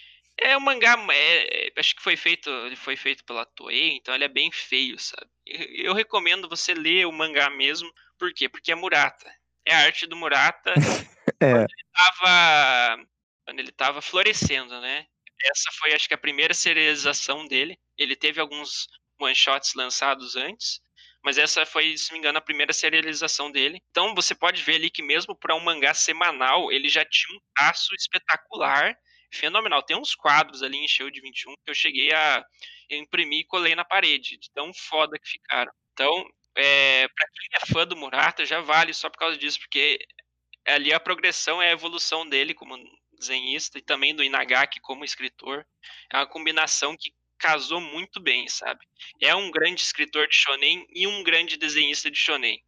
É um mangá, é, é, acho que foi feito, ele foi feito pela Toei, então ele é bem feio, sabe? Eu recomendo você ler o mangá mesmo, por quê? Porque é Murata. É a arte do Murata É. quando ele tava, quando ele tava florescendo, né? Essa foi, acho que, a primeira serialização dele. Ele teve alguns one-shots lançados antes, mas essa foi, se não me engano, a primeira serialização dele. Então você pode ver ali que mesmo para um mangá semanal, ele já tinha um traço espetacular, fenomenal. Tem uns quadros ali em Shield vinte e um que eu cheguei a imprimir e colei na parede, de tão foda que ficaram. Então, é, para quem é fã do Murata, já vale só por causa disso, porque ali a progressão é a evolução dele como desenhista e também do Inagaki como escritor. É uma combinação que casou muito bem, sabe? É um grande escritor de shonen e um grande desenhista de shonen.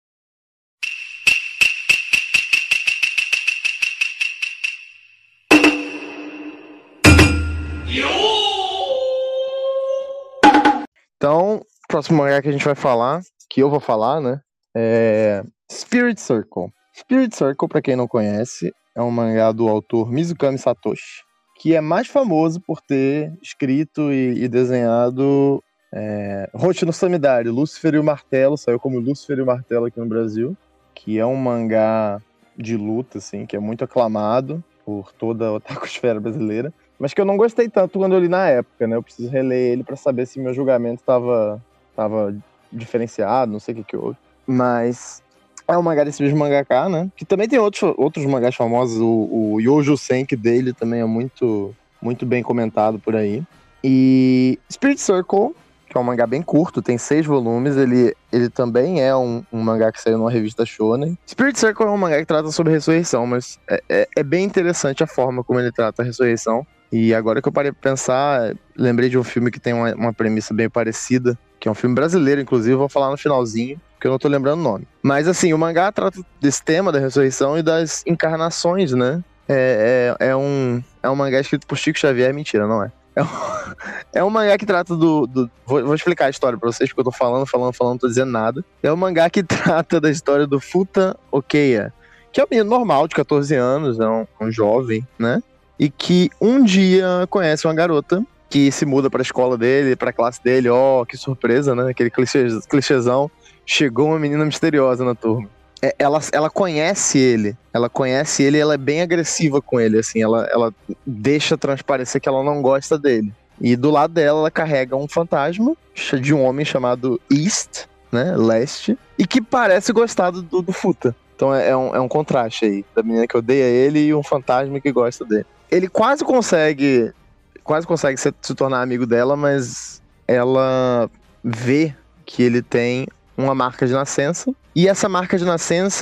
Então, o próximo mangá que a gente vai falar, que eu vou falar, né, é Spirit Circle. Spirit Circle, pra quem não conhece, é um mangá do autor Mizukami Satoshi, que é mais famoso por ter escrito e, e desenhado é, Roshi no Samidari, Lúcifer e o Martelo, saiu como Lúcifer e o Martelo aqui no Brasil, que é um mangá de luta, assim, que é muito aclamado por toda a otakosfera brasileira, mas que eu não gostei tanto quando eu li na época, né? Eu preciso reler ele pra saber se meu julgamento tava, tava diferenciado, não sei o que que houve. Mas é um mangá desse mesmo mangaka, né? Que também tem outros, outros mangás famosos, o, o Youjo Senki dele também é muito, muito bem comentado por aí. E Spirit Circle, que é um mangá bem curto, tem seis volumes, ele, ele também é um, um mangá que saiu numa revista shonen. Spirit Circle é um mangá que trata sobre ressurreição, mas é, é, é bem interessante a forma como ele trata a ressurreição. E agora que eu parei pra pensar, lembrei de um filme que tem uma, uma premissa bem parecida, que é um filme brasileiro, inclusive, vou falar no finalzinho, porque eu não tô lembrando o nome. Mas assim, o mangá trata desse tema da ressurreição e das encarnações, né? É, é, é, um, é um mangá escrito por Chico Xavier, mentira, não é? É um, é um mangá que trata do... do vou, vou explicar a história pra vocês, porque eu tô falando, falando, falando, não tô dizendo nada. É um mangá que trata da história do Futa Okeya, que é um menino normal, de catorze anos, é um, um jovem, né? E que um dia conhece uma garota que se muda pra escola dele, pra classe dele. Ó, oh, que surpresa, né? Aquele clichê, clichêzão. Chegou uma menina misteriosa na turma. É, ela, ela conhece ele. Ela conhece ele e ela é bem agressiva com ele, assim. Ela, ela deixa transparecer que ela não gosta dele. E do lado dela, ela carrega um fantasma de um homem chamado East, né? Leste. E que parece gostar do, do Futa. Então é, é, um, é um contraste aí. Da menina que odeia ele e um fantasma que gosta dele. Ele quase consegue quase consegue se, se tornar amigo dela, mas ela vê que ele tem uma marca de nascença, e essa marca de nascença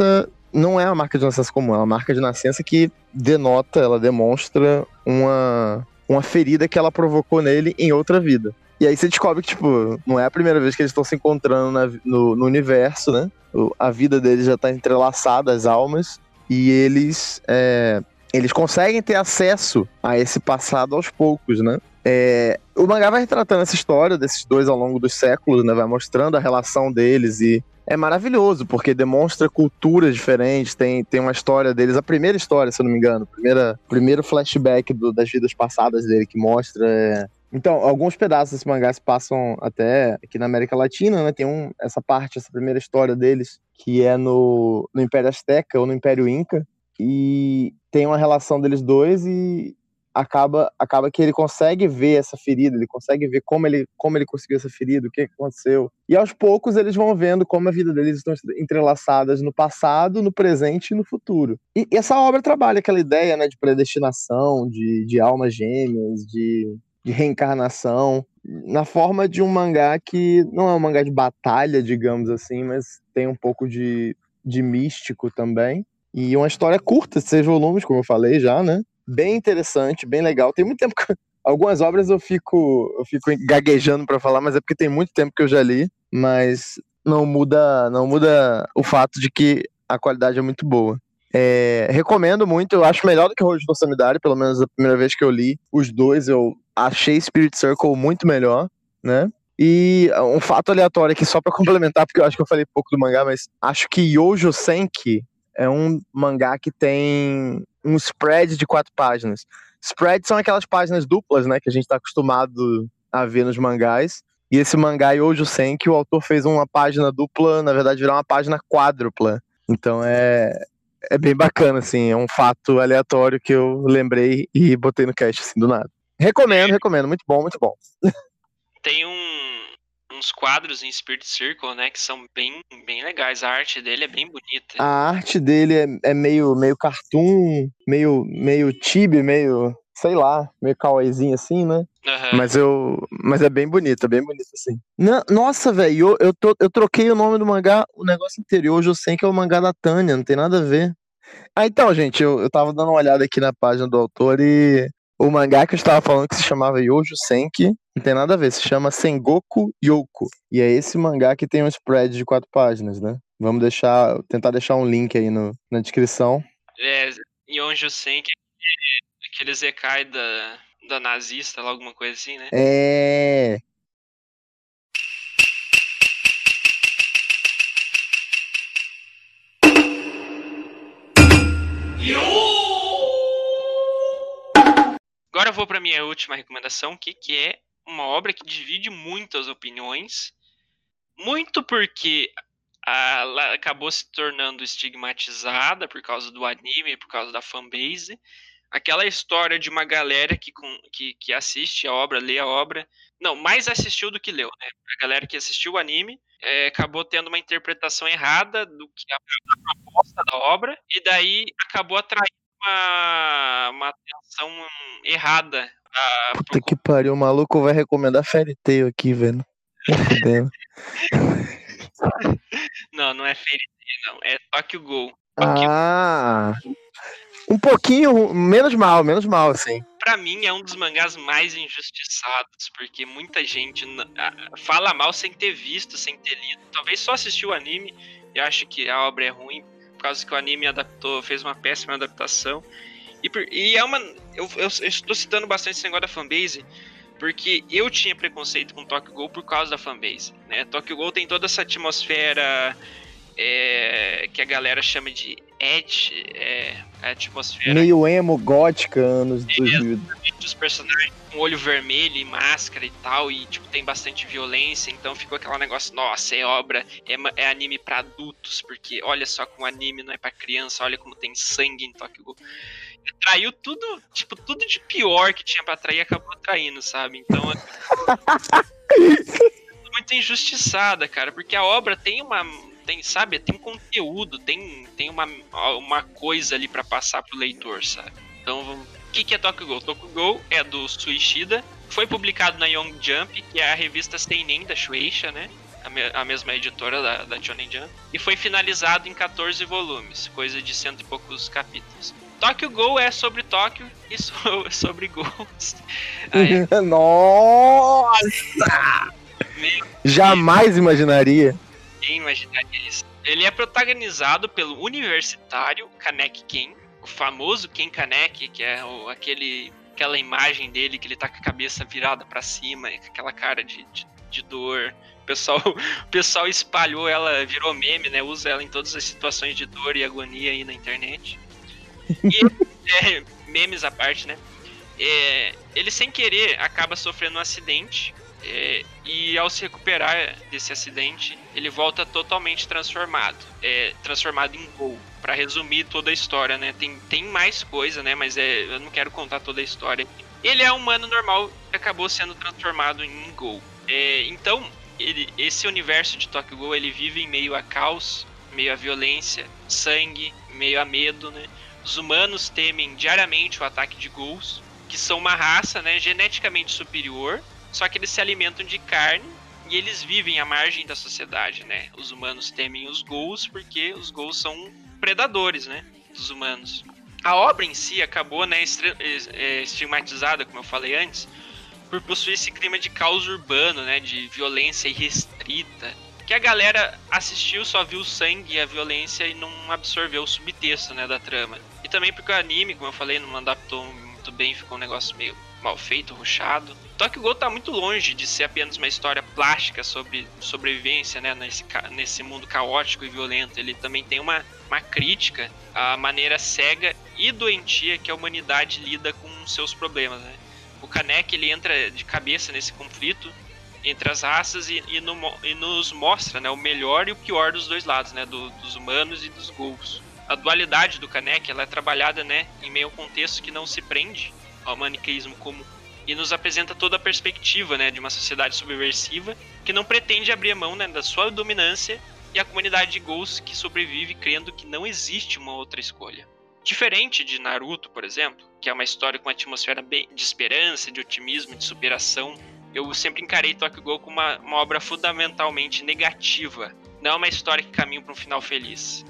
não é uma marca de nascença comum, é uma marca de nascença que denota, ela demonstra uma, uma ferida que ela provocou nele em outra vida. E aí você descobre que, tipo, não é a primeira vez que eles estão se encontrando na, no, no universo, né? O, a vida deles já tá entrelaçada, as almas, e eles, é, eles conseguem ter acesso a esse passado aos poucos, né? É, o mangá vai retratando essa história desses dois ao longo dos séculos, né? Vai mostrando a relação deles e é maravilhoso, porque demonstra culturas diferentes, tem, tem uma história deles, a primeira história, se eu não me engano, primeira, primeiro flashback do, das vidas passadas dele que mostra... É... Então, alguns pedaços desse mangá se passam até aqui na América Latina, né? Tem um, essa parte, essa primeira história deles, que é no, no Império Azteca ou no Império Inca, e tem uma relação deles dois e acaba, acaba que ele consegue ver essa ferida, ele consegue ver como ele, como ele conseguiu essa ferida, o que aconteceu. E aos poucos eles vão vendo como a vida deles estão entrelaçadas no passado, no presente e no futuro. E, e essa obra trabalha aquela ideia, né, de predestinação, de, de almas gêmeas, de, de reencarnação, na forma de um mangá que não é um mangá de batalha, digamos assim, mas tem um pouco de, de místico também. E uma história curta, seis volumes, como eu falei já, né? Bem interessante, bem legal. Tem muito tempo que... Algumas obras eu fico, eu fico gaguejando pra falar, mas é porque tem muito tempo que eu já li, mas não muda, não muda o fato de que a qualidade é muito boa. É, recomendo muito, eu acho melhor do que o Road to Samidari, pelo menos a primeira vez que eu li os dois, eu achei Spirit Circle muito melhor, né? E um fato aleatório aqui, só pra complementar, porque eu acho que eu falei pouco do mangá, mas acho que Youjo Senki é um mangá que tem um spread de quatro páginas. Spread são aquelas páginas duplas, né, que a gente tá acostumado a ver nos mangás. E esse mangá Youjo Senki, o autor fez uma página dupla, na verdade virar uma página quádrupla. Então é, é bem bacana, assim, é um fato aleatório que eu lembrei e botei no cast, assim, do nada. Recomendo, recomendo, muito bom, muito bom. Tem um, uns quadros em Spirit Circle, né, que são bem, bem legais. A arte dele é bem bonita. A arte dele é, é meio, meio cartoon, meio, meio chibi, meio, sei lá, meio kawaiizinho assim, né? Uhum. Mas eu, mas é bem bonito, é bem bonito assim. Na, nossa, velho, eu, eu, tô, eu troquei o nome do mangá, o negócio anterior, eu sei que é o mangá da Tânia, não tem nada a ver. Ah, então, gente, eu, eu tava dando uma olhada aqui na página do autor e o mangá que eu estava falando que se chamava Youjo Senki, não tem nada a ver, se chama Sengoku Youko. E é esse mangá que tem um spread de quatro páginas, né? Vamos deixar, tentar deixar um link aí no, na descrição. É, Youjo Senki, aquele Zekai da, da nazista, lá, alguma coisa assim, né? É... Agora eu vou para minha última recomendação, que, que é uma obra que divide muitas opiniões, muito porque a, ela acabou se tornando estigmatizada por causa do anime, por causa da fanbase. Aquela história de uma galera que, que, que assiste a obra, lê a obra, não, mais assistiu do que leu, né? A galera que assistiu o anime é, acabou tendo uma interpretação errada do que a, a proposta da obra, e daí acabou atraindo uma, uma atenção errada. A, Puta que pariu, o maluco vai recomendar Fairy Tail aqui, velho. Não, não é Fairy Tail, não. É Tokyo Ghoul. Ah, um pouquinho, menos mal, menos mal, assim. Pra mim é um dos mangás mais injustiçados, porque muita gente fala mal sem ter visto, sem ter lido. Talvez só assistiu o anime e acha que a obra é ruim, por causa que o anime adaptou, fez uma péssima adaptação. E, e é uma. Eu, eu, eu estou citando bastante esse negócio da fanbase, porque eu tinha preconceito com Tokyo Ghoul por causa da fanbase, né? Tokyo Ghoul tem toda essa atmosfera é, que a galera chama de edge, é, a atmosfera meio emo, gótica, anos dois mil. Os personagens com olho vermelho e máscara e tal, e tipo, tem bastante violência, então ficou aquele negócio, nossa, é obra, é, é anime pra adultos, porque olha só como anime não é pra criança, olha como tem sangue em Tokyo Ghoul. Atraiu tudo, tipo, tudo de pior que tinha pra atrair, acabou atraindo, sabe? Então é muito injustiçada, cara, porque a obra tem uma, tem, sabe, tem conteúdo, tem, tem uma, uma coisa ali pra passar pro leitor, sabe? Então, o que, que é Tokyo Ghoul? Tokyo Ghoul é do Suishida, foi publicado na Young Jump, que é a revista seinen da Shueisha, né? a, me- a mesma editora da, da Shonen Jump, e foi finalizado em quatorze volumes, coisa de cento e poucos capítulos. Tokyo Ghoul é sobre Tóquio e so- sobre Ghouls. Ah, é. Nossa! Meu Jamais imaginaria. Quem imaginaria isso? Ele é protagonizado pelo universitário Kaneki Ken, o famoso Ken Kaneki, que é o, aquele, aquela imagem dele que ele tá com a cabeça virada pra cima, com aquela cara de, de, de dor. O pessoal, o pessoal espalhou ela, virou meme, né? Usa ela em todas as situações de dor e agonia aí na internet. E é, memes à parte, né? É, ele sem querer acaba sofrendo um acidente. É, e ao se recuperar desse acidente, ele volta totalmente transformado, é, transformado em Ghoul. Pra resumir toda a história, né? Tem, tem mais coisa, né? Mas é, eu não quero contar toda a história. Ele é um humano normal e acabou sendo transformado em Ghoul. É, então, ele, esse universo de Tokyo Ghoul, ele vive em meio a caos, meio a violência, sangue, meio a medo, né? Os humanos temem diariamente o ataque de Ghouls, que são uma raça, né, geneticamente superior, só que eles se alimentam de carne e eles vivem à margem da sociedade, né? Os humanos temem os Ghouls porque os Ghouls são predadores, né, dos humanos. A obra em si acabou, né, estigmatizada, como eu falei antes, por possuir esse clima de caos urbano, né, de violência irrestrita, que a galera assistiu, só viu o sangue e a violência e não absorveu o subtexto, né, da trama. E também porque o anime, como eu falei, não adaptou muito bem, ficou um negócio meio mal feito, rushado. Tokyo Ghoul tá muito longe de ser apenas uma história plástica sobre sobrevivência, né, nesse, nesse mundo caótico e violento. Ele também tem uma, uma crítica à maneira cega e doentia que a humanidade lida com seus problemas, né. O Kaneki, ele entra de cabeça nesse conflito entre as raças e, e, no, e nos mostra, né, o melhor e o pior dos dois lados, né, do, dos humanos e dos Ghouls. A dualidade do Kaneki, ela é trabalhada, né, em meio a um contexto que não se prende ao maniqueísmo comum e nos apresenta toda a perspectiva, né, de uma sociedade subversiva que não pretende abrir mão, né, da sua dominância, e a comunidade de Ghouls que sobrevive crendo que não existe uma outra escolha. Diferente de Naruto, por exemplo, que é uma história com uma atmosfera bem de esperança, de otimismo, de superação, eu sempre encarei Tokyo Ghoul como uma, uma obra fundamentalmente negativa. Não é uma história que caminha para um final feliz.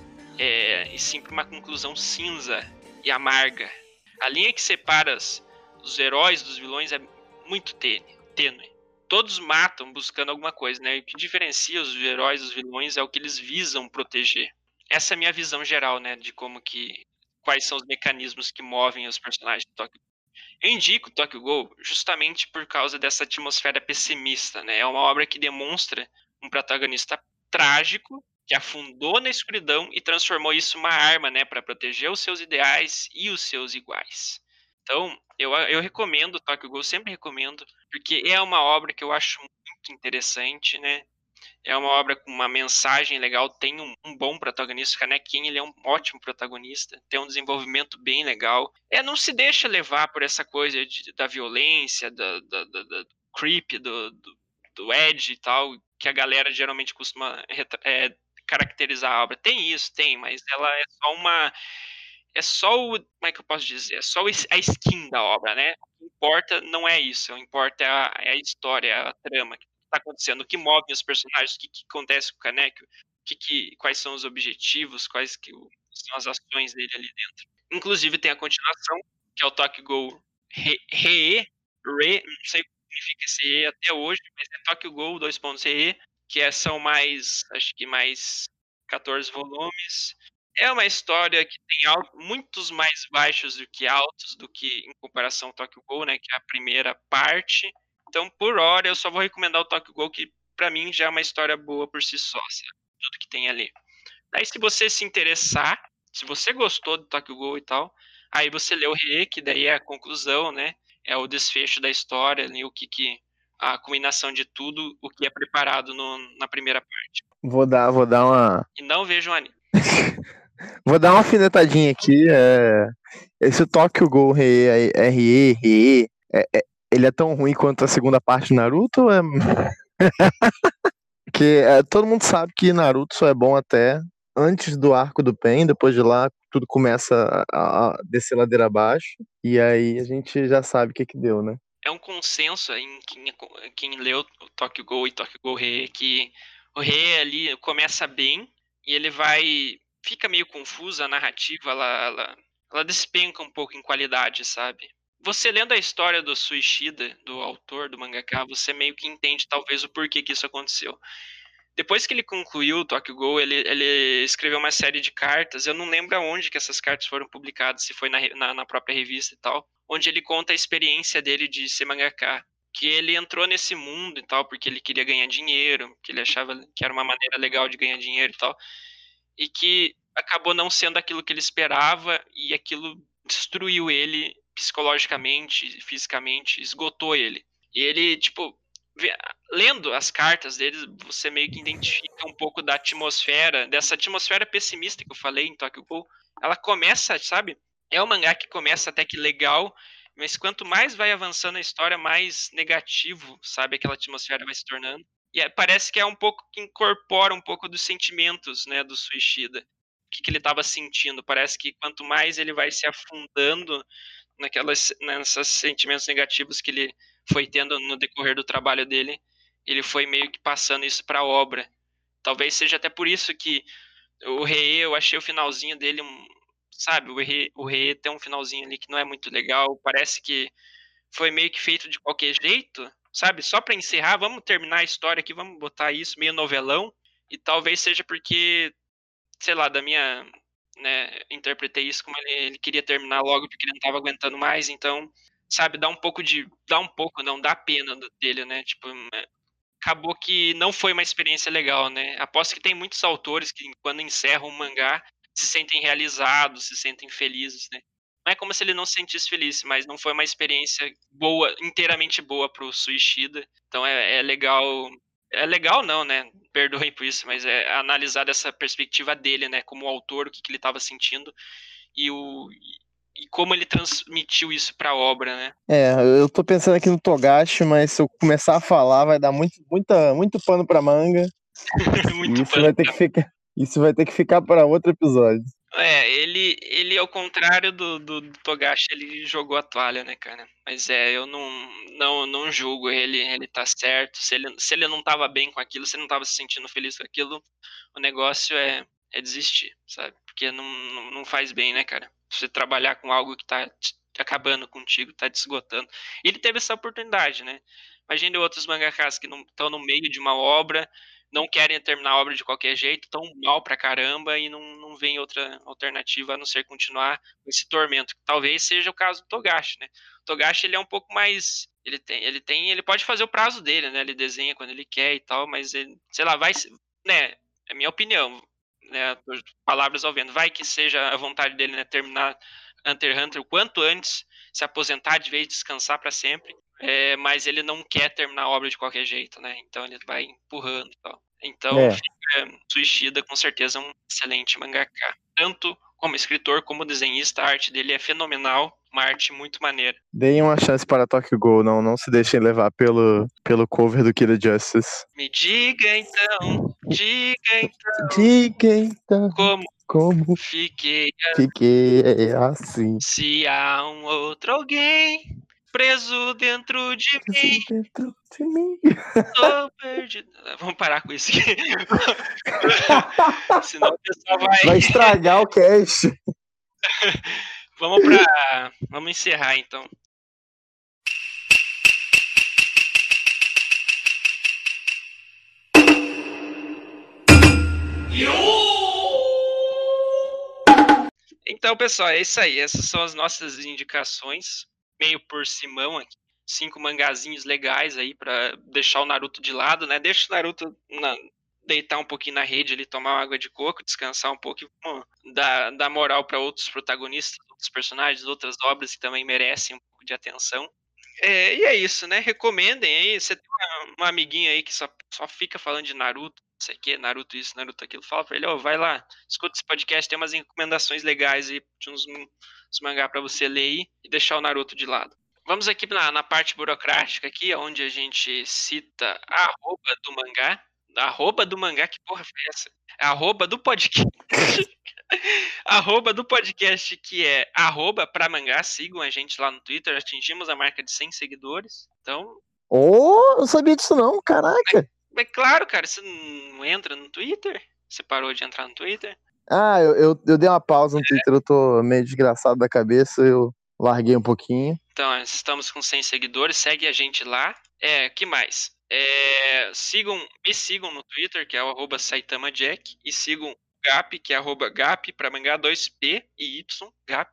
É, e sim para uma conclusão cinza e amarga. A linha que separa os heróis dos vilões é muito tênue. Todos matam buscando alguma coisa, né? E o que diferencia os heróis dos vilões é o que eles visam proteger. Essa é a minha visão geral, né? De como que... quais são os mecanismos que movem os personagens de Tokyo Ghoul. Eu indico Tokyo Ghoul justamente por causa dessa atmosfera pessimista, né? É uma obra que demonstra um protagonista trágico que afundou na escuridão e transformou isso em uma arma, né, para proteger os seus ideais e os seus iguais. Então, eu, eu recomendo Tokyo Ghoul, sempre recomendo, porque é uma obra que eu acho muito interessante, né? É uma obra com uma mensagem legal, tem um, um bom protagonista, o Kaneki, ele é um ótimo protagonista, tem um desenvolvimento bem legal. É, não se deixa levar por essa coisa de, da violência, da, da, da, da creep, do, do, do edge e tal, que a galera geralmente costuma é, caracterizar a obra. Tem isso, tem, mas ela é só uma... é só o... como é que eu posso dizer? É só a skin da obra, né? O que importa não é isso, o que importa é a, é a história, é a trama, o que está acontecendo, o que move os personagens, o que, que acontece com o Kaneki, o que, que, quais são os objetivos, quais que o, são as ações dele ali dentro. Inclusive tem a continuação, que é o Tokyo Ghoul Re, Re, Re, não sei o que significa esse E até hoje, mas é Tokyo Ghoul dois pontos Re, que é, são mais, acho que mais quatorze volumes. É uma história que tem altos, muitos mais baixos do que altos, do que em comparação ao Tokyo Ghoul, né, que é a primeira parte. Então, por hora, eu só vou recomendar o Tokyo Ghoul, que pra mim já é uma história boa por si só, sabe? Tudo que tem ali. Aí, se você se interessar, se você gostou do Tokyo Ghoul e tal, aí você lê o Re, que daí é a conclusão, né? É o desfecho da história, né, o que que... a combinação de tudo, o que é preparado no, na primeira parte. Vou dar, vou dar uma... E não vejam anime. Vou dar uma alfinetadinha aqui. É... Esse Tokyo Ghoul R E, R E, é, é, ele é tão ruim quanto a segunda parte do Naruto? Ou é... Porque é, todo mundo sabe que Naruto só é bom até antes do arco do Pain, depois de lá tudo começa a, a descer ladeira abaixo, e aí a gente já sabe o que que deu, né? É um consenso em quem, quem leu o Tokyo Ghoul e Tokyo Ghoul Re que O Rei ali começa bem e ele vai... Fica meio confusa a narrativa, ela, ela, ela despenca um pouco em qualidade, sabe? Você lendo a história do Suishida, do autor, do mangaka, você meio que entende talvez o porquê que isso aconteceu. Depois que ele concluiu o Tokyo Ghoul, ele, ele escreveu uma série de cartas, eu não lembro aonde que essas cartas foram publicadas, se foi na, na, na própria revista e tal, onde ele conta a experiência dele de ser mangaka, que ele entrou nesse mundo e tal, porque ele queria ganhar dinheiro, que ele achava que era uma maneira legal de ganhar dinheiro e tal, e que acabou não sendo aquilo que ele esperava, e aquilo destruiu ele psicologicamente, fisicamente, esgotou ele. E ele, tipo, lendo as cartas deles, você meio que identifica um pouco da atmosfera, dessa atmosfera pessimista que eu falei em Tokyo Ghoul. Ela começa, sabe? É um mangá que começa até que legal, mas quanto mais vai avançando a história, mais negativo, sabe? Aquela atmosfera vai se tornando. E é, parece que é um pouco que incorpora um pouco dos sentimentos, né, do Suishida. O que, que ele estava sentindo. Parece que quanto mais ele vai se afundando naquelas, nesses sentimentos negativos que ele foi tendo no decorrer do trabalho dele, ele foi meio que passando isso para a obra. Talvez seja até por isso que o Rei, eu achei o finalzinho dele, um, sabe, o Rei, o Rei tem um finalzinho ali que não é muito legal, parece que foi meio que feito de qualquer jeito, sabe, só para encerrar, vamos terminar a história aqui, vamos botar isso meio novelão, e talvez seja porque, sei lá, da minha, né, interpretei isso como ele, ele queria terminar logo porque ele não estava aguentando mais, então, sabe, dá um pouco de, dá um pouco, não, dá pena dele, né, tipo, acabou que não foi uma experiência legal, né, aposto que tem muitos autores que quando encerram um mangá se sentem realizados, se sentem felizes, né, não é como se ele não se sentisse feliz, mas não foi uma experiência boa, inteiramente boa pro Suishida, então é, é legal, é legal não, né, perdoem por isso, mas é analisar dessa perspectiva dele, né, como autor, o que, que ele estava sentindo e, o, e como ele transmitiu isso pra obra, né. É, eu tô pensando aqui no Togashi, mas se eu começar a falar vai dar muito, muita, muito pano pra manga. Muito e isso pano vai ter que ficar, isso vai ter que ficar para outro episódio. É, ele, ele ao contrário do, do, do Togashi, ele jogou a toalha, né, cara? Mas é, eu não, não, não julgo ele, ele tá certo. Se ele, se ele não tava bem com aquilo, se ele não tava se sentindo feliz com aquilo, o negócio é, é desistir, sabe? Porque não, não, não faz bem, né, cara? Você trabalhar com algo que tá te acabando contigo, tá te esgotando. E ele teve essa oportunidade, né? Imagine outros mangakas que não estão no meio de uma obra, não querem terminar a obra de qualquer jeito, tão mal pra caramba e não, não vem outra alternativa a não ser continuar com esse tormento. Talvez seja o caso do Togashi, né? O Togashi, ele é um pouco mais... Ele tem, ele tem, ele pode fazer o prazo dele, né? Ele desenha quando ele quer e tal, mas ele, sei lá, vai... Né? É minha opinião, né? Palavras ao vento. Vai que seja a vontade dele, né? Terminar Hunter x Hunter o quanto antes, se aposentar de vez, descansar para sempre. É, mas ele não quer terminar a obra de qualquer jeito, né? Então ele vai empurrando e tal. Então, É. fica, Suishida com certeza é um excelente mangaka. Tanto como escritor, como desenhista, a arte dele é fenomenal, uma arte muito maneira. Deem uma chance para Tokyo Ghoul, não, não se deixem levar pelo, pelo cover do Kid Justice. Me diga então, diga então, Diga então como, como fiquei, fiquei assim. Se há um outro alguém preso dentro de mim, dentro de mim. tô perdido. Vamos parar com isso aqui. Senão o pessoal vai... Vai estragar o cast. Vamos pra... Vamos encerrar, então. Então, pessoal, é isso aí. Essas são as nossas indicações, meio por Simão aqui. Cinco mangazinhos legais aí pra deixar o Naruto de lado, né? Deixa o Naruto na... deitar um pouquinho na rede ali, tomar uma água de coco, descansar um pouco, e dar, dar moral para outros protagonistas, outros personagens, outras obras que também merecem um pouco de atenção. É, e é isso, né? Recomendem aí. Você tem uma, uma amiguinha aí que só, só fica falando de Naruto, não sei o que, Naruto isso, Naruto aquilo. Fala pra ele, ó, oh, vai lá, escuta esse podcast, tem umas recomendações legais aí, de uns, uns mangá pra você ler aí e deixar o Naruto de lado. Vamos aqui na, na parte burocrática aqui, onde a gente cita a arroba do mangá. A arroba do mangá, que porra foi essa? A arroba do podcast. Arroba do podcast, que é arroba pra mangá. Sigam a gente lá no Twitter. Atingimos a marca de cem seguidores. Então. Oh, não sabia disso não, caraca. É claro, cara, você não entra no Twitter? Você parou de entrar no Twitter? Ah, eu, eu, eu dei uma pausa no Twitter, eu tô meio desgraçado da cabeça, eu larguei um pouquinho. Então, estamos com cem seguidores, segue a gente lá. É, que mais? É, sigam, me sigam no Twitter, que é o arroba SaitamaJack, e sigam o Gap, que é arroba Gap, pra mangá dois P e Y, Gap.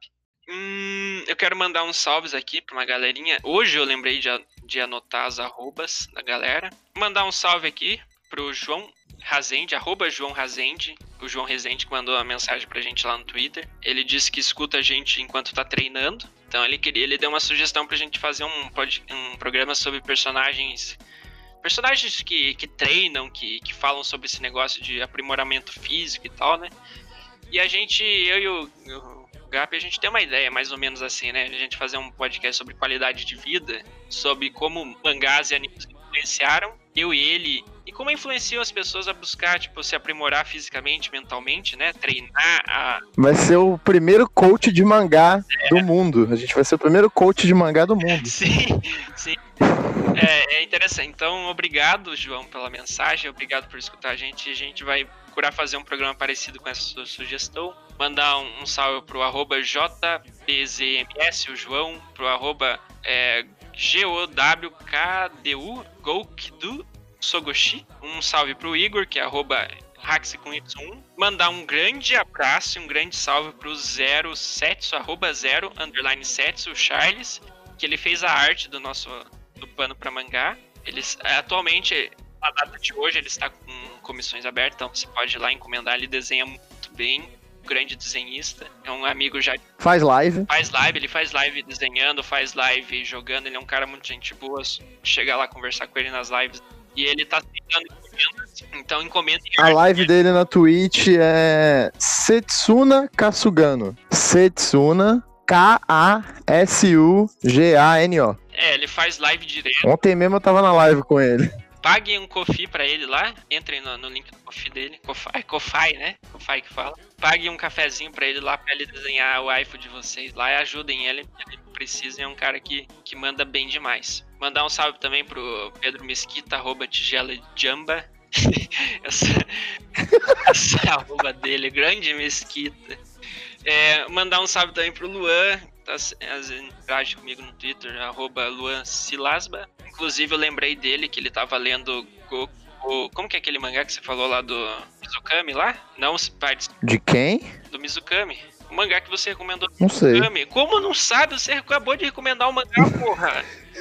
Hum, eu quero mandar uns salves aqui pra uma galerinha. Hoje eu lembrei de, de anotar as arrobas da galera. Vou mandar um salve aqui pro João Razende, arroba João Razende, o João Rezende que mandou uma mensagem pra gente lá no Twitter. Ele disse que escuta a gente enquanto tá treinando. Então ele queria, ele deu uma sugestão pra gente fazer um, pod, um programa sobre personagens. Personagens que, que treinam, que, que falam sobre esse negócio de aprimoramento físico e tal, né? E a gente, eu e o, o Gap, a gente tem uma ideia mais ou menos assim, né? A gente fazer um podcast sobre qualidade de vida, sobre como mangás e animes influenciaram eu e ele, e como influenciam as pessoas a buscar, tipo, se aprimorar fisicamente, mentalmente, né? Treinar a... Vai ser o primeiro coach de mangá é. do mundo. A gente vai ser o primeiro coach de mangá do mundo. Sim, sim. É, é interessante. Então, obrigado, João, pela mensagem. Obrigado por escutar a gente. A gente vai procurar fazer um programa parecido com essa sua sugestão. Mandar um, um salve pro arroba J B Z M S, o João, pro arroba é, G O W K D U, Goukdu Sogoshi. Um salve pro Igor, que é arroba Haxi com Y um. Mandar um grande abraço e um grande salve pro Zero Setsu, arroba Zero, underline Setsu, o Charles, que ele fez a arte do nosso do pano pra mangá. Eles, atualmente, na data de hoje, ele está com comissões abertas, então você pode ir lá encomendar, ele desenha muito bem. Grande desenhista, é um amigo já. Faz live. Faz live, ele faz live desenhando, faz live jogando, ele é um cara muito gente boa, chega lá conversar com ele nas lives. E ele tá aceitando encomendas, então encomenda. A live dele na Twitch é Setsuna Kasugano. Setsuna K A S U G A N O. É, ele faz live direto. Ontem mesmo eu tava na live com ele. Paguem um Ko-fi pra ele lá, entrem no, no link do Ko-fi dele, Ko-fi, Ko-fi, né? Ko-fi que fala. Paguem um cafezinho pra ele lá, pra ele desenhar o waifu de vocês lá e ajudem ele, ele precisa, é um cara que, que manda bem demais. Mandar um salve também pro Pedro Mesquita, arroba Tigela Jamba. essa, essa arroba dele, grande Mesquita. É, mandar um salve também pro Luan, tá, interage comigo no Twitter, arroba Luan Silasba. Inclusive eu lembrei dele que ele tava lendo Goku, como que é aquele mangá que você falou lá do Mizukami lá? Não, partes. De quem? Do Mizukami. O mangá que você recomendou. Não sei. Mizukami. Como não sabe? Você acabou de recomendar o mangá, porra.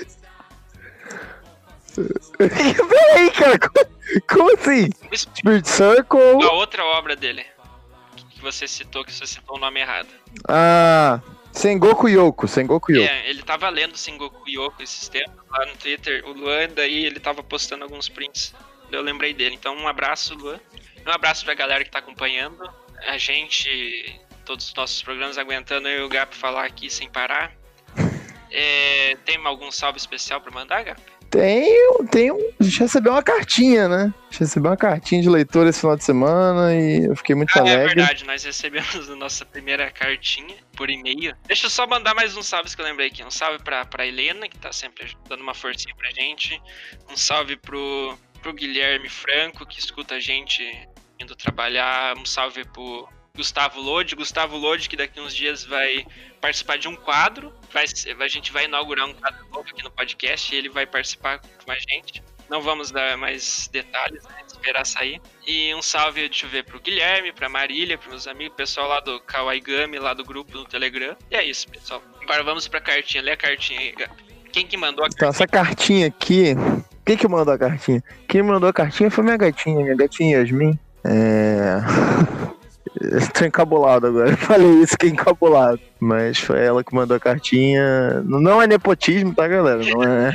Peraí, cara, como assim? Spirit Circle. A outra obra dele, que você citou, que você citou o nome errado. Ah, Sengoku Yoko, Sengoku Yoko. É, ele tava lendo Sengoku Yoko esses tempos lá no Twitter, o Luan, daí ele tava postando alguns prints, eu lembrei dele. Então um abraço, Luan. Um abraço pra galera que tá acompanhando a gente, todos os nossos programas, aguentando eu e o Gap falar aqui sem parar. É, tem algum salve especial pra mandar, Gap? Tem, tem um, a gente recebeu uma cartinha, né? A gente recebeu uma cartinha de leitor esse final de semana e eu fiquei muito ah, alegre. É verdade, nós recebemos a nossa primeira cartinha por e-mail. Deixa eu só mandar mais uns salves que eu lembrei aqui. Um salve pra, pra Helena, que tá sempre dando uma forcinha pra gente. Um salve pro, pro Guilherme Franco, que escuta a gente indo trabalhar. Um salve pro Gustavo Lodi. Gustavo Lodi, que daqui uns dias vai participar de um quadro. Vai, a gente vai inaugurar um quadro novo aqui no podcast e ele vai participar com a gente. Não vamos dar mais detalhes, né? Esperar sair. E um salve, deixa eu ver, pro Guilherme, pra Marília, pros meus amigos, pessoal lá do Kawaigami, lá do grupo do Telegram. E é isso, pessoal. Agora vamos pra cartinha. Lê a cartinha aí, Gabi. Quem que mandou a cartinha? Então, essa cartinha aqui... Quem que mandou a cartinha? Quem mandou a cartinha foi minha gatinha, minha gatinha Yasmin. É... Tô encabulado agora, eu falei isso, fiquei encabulado. Mas foi ela que mandou a cartinha. Não é nepotismo, tá, galera? Não é.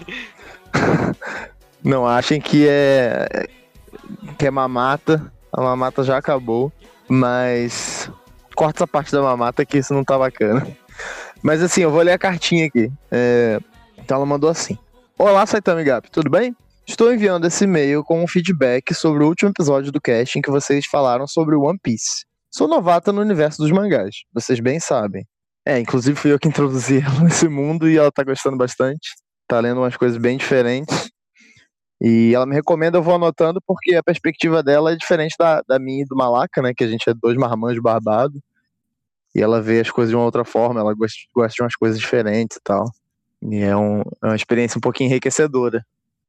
Não achem que é. Que é mamata. A mamata já acabou. Mas. Corta essa parte da mamata que isso não tá bacana. Mas assim, eu vou ler a cartinha aqui. É... Então ela mandou assim: Olá, Saitama e Gap, tudo bem? Estou enviando esse e-mail com um feedback sobre o último episódio do cast em que vocês falaram sobre o One Piece. Sou novata no universo dos mangás, vocês bem sabem. É, inclusive fui eu que introduzi ela nesse mundo e ela tá gostando bastante. Tá lendo umas coisas bem diferentes. E ela me recomenda, eu vou anotando, porque a perspectiva dela é diferente da, da minha e do Malaca, né? Que a gente é dois marmanjos barbados. E ela vê as coisas de uma outra forma, ela gosta, gosta de umas coisas diferentes e tal. E é, um, é uma experiência um pouquinho enriquecedora.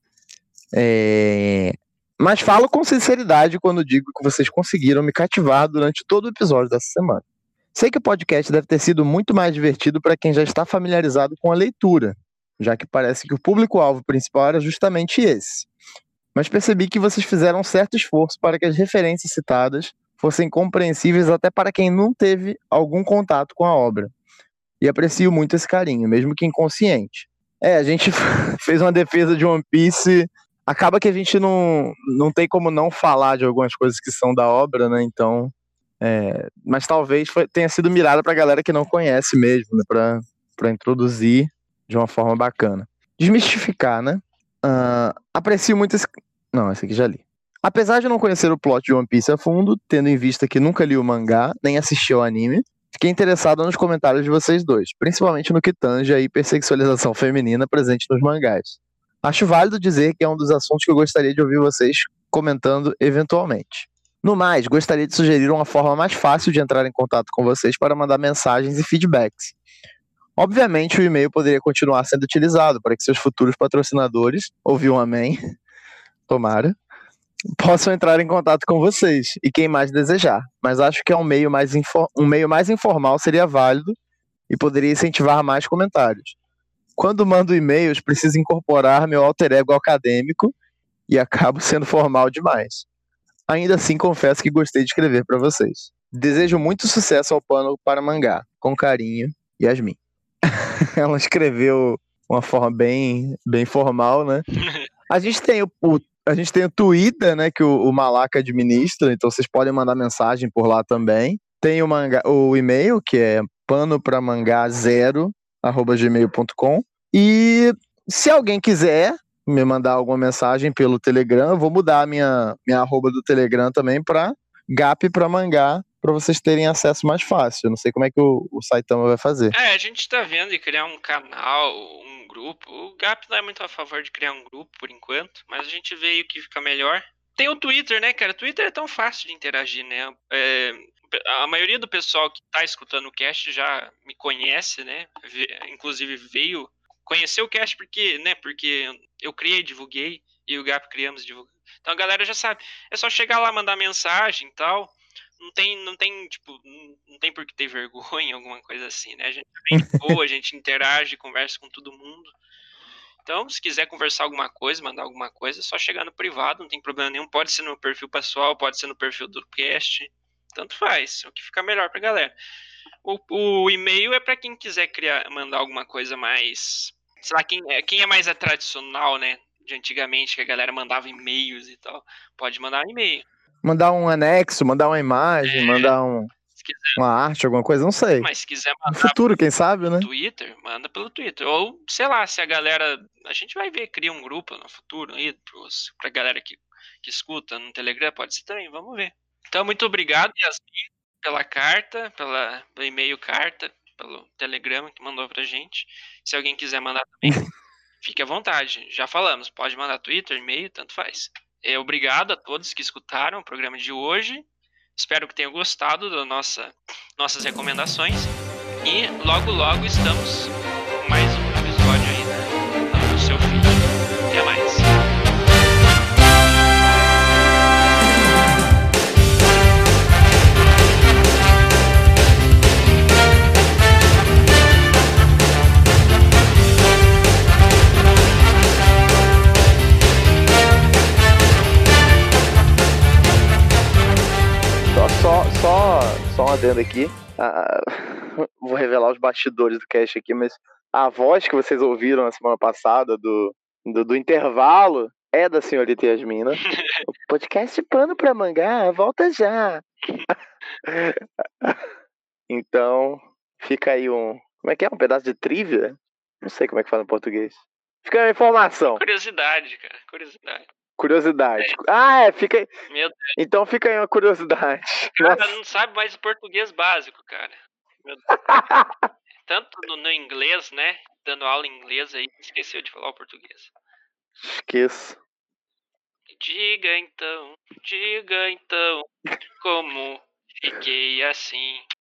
É... Mas falo com sinceridade quando digo que vocês conseguiram me cativar durante todo o episódio dessa semana. Sei que o podcast deve ter sido muito mais divertido para quem já está familiarizado com a leitura, já que parece que o público-alvo principal era justamente esse. Mas percebi que vocês fizeram um certo esforço para que as referências citadas fossem compreensíveis até para quem não teve algum contato com a obra. E aprecio muito esse carinho, mesmo que inconsciente. É, a gente fez uma defesa de One Piece, acaba que a gente não, não tem como não falar de algumas coisas que são da obra, né, então... É, mas talvez foi, tenha sido mirada pra galera que não conhece mesmo, né, pra, pra introduzir de uma forma bacana. Desmistificar, né? Uh, aprecio muito esse... Não, esse aqui já li. Apesar de não conhecer o plot de One Piece a fundo, tendo em vista que nunca li o mangá, nem assisti ao anime, fiquei interessado nos comentários de vocês dois, principalmente no que tange a hipersexualização feminina presente nos mangás. Acho válido dizer que é um dos assuntos que eu gostaria de ouvir vocês comentando eventualmente. No mais, gostaria de sugerir uma forma mais fácil de entrar em contato com vocês para mandar mensagens e feedbacks. Obviamente, o e-mail poderia continuar sendo utilizado para que seus futuros patrocinadores, ouvi um amém, tomara, possam entrar em contato com vocês e quem mais desejar. Mas acho que é um meio mais, infor- um meio mais informal seria válido e poderia incentivar mais comentários. Quando mando e-mails, preciso incorporar meu alter ego acadêmico e acabo sendo formal demais. Ainda assim, confesso que gostei de escrever para vocês. Desejo muito sucesso ao Pano para Mangá. Com carinho, Yasmin. Ela escreveu uma forma bem, bem formal, né? A gente tem o, o, a gente tem o Twitter, né? Que o, o Malaca administra, então vocês podem mandar mensagem por lá também. Tem o, manga, o e-mail, que é panopramangá zero arroba gmail ponto com. E se alguém quiser me mandar alguma mensagem pelo Telegram, eu vou mudar a minha, minha arroba do Telegram também para Gap para Mangá, para vocês terem acesso mais fácil. Eu não sei como é que o, o Saitama vai fazer. É, a gente tá vendo de criar um canal, um grupo. O Gap não é muito a favor de criar um grupo por enquanto, mas a gente vê o que fica melhor. Tem o Twitter, né, cara? O Twitter é tão fácil de interagir, né? É, a maioria do pessoal que tá escutando o cast já me conhece, né? Inclusive veio conhecer o cast porque, né? Porque eu criei, divulguei e o Gap criamos e divulgamos. Então a galera já sabe. É só chegar lá, mandar mensagem e tal. Não tem, não tem, tipo, não tem por que ter vergonha, alguma coisa assim, né? A gente é bem de boa, a gente interage, conversa com todo mundo. Então, se quiser conversar alguma coisa, mandar alguma coisa, é só chegar no privado, não tem problema nenhum. Pode ser no perfil pessoal, pode ser no perfil do cast. Tanto faz, o que fica melhor pra galera. O, o e-mail é pra quem quiser criar, mandar alguma coisa mais... Sei lá, quem é, quem é mais a tradicional, né? De antigamente, que a galera mandava e-mails e tal. Pode mandar um e-mail. Mandar um anexo, mandar uma imagem, é, mandar um, uma arte, alguma coisa, não sei. Mas se quiser mandar no futuro, quem sabe, né? Twitter, manda pelo Twitter. Ou, sei lá, se a galera... A gente vai ver, cria um grupo no futuro aí, pros, pra galera que, que escuta no Telegram, pode ser também, vamos ver. Então, muito obrigado, Yasmin, pela carta, pela, pelo e-mail carta, pelo Telegram que mandou pra gente. Se alguém quiser mandar também, fique à vontade. Já falamos, pode mandar Twitter, e-mail, tanto faz. É, obrigado a todos que escutaram o programa de hoje. Espero que tenham gostado das nossa, nossas recomendações. E logo, logo estamos com mais um episódio aí, né, no seu feed. Até mais. Só, só, só um adendo aqui. Ah, vou revelar os bastidores do cast aqui, mas a voz que vocês ouviram na semana passada do, do, do intervalo é da senhorita Yasmin, né? O podcast Pano pra Mangá, volta já! Então, fica aí um... Como é que é? Um pedaço de trivia? Não sei como é que fala em português. Fica aí a informação. Curiosidade, cara. Curiosidade. Curiosidade. É. Ah, é, fica aí. Meu Deus. Então fica aí uma curiosidade. Cara, Nossa. Não sabe mais o português básico, cara. Meu Deus. Tanto no, no inglês, né? Dando aula em inglês aí, esqueceu de falar o português. Esqueço. Diga então, diga então, como fiquei assim.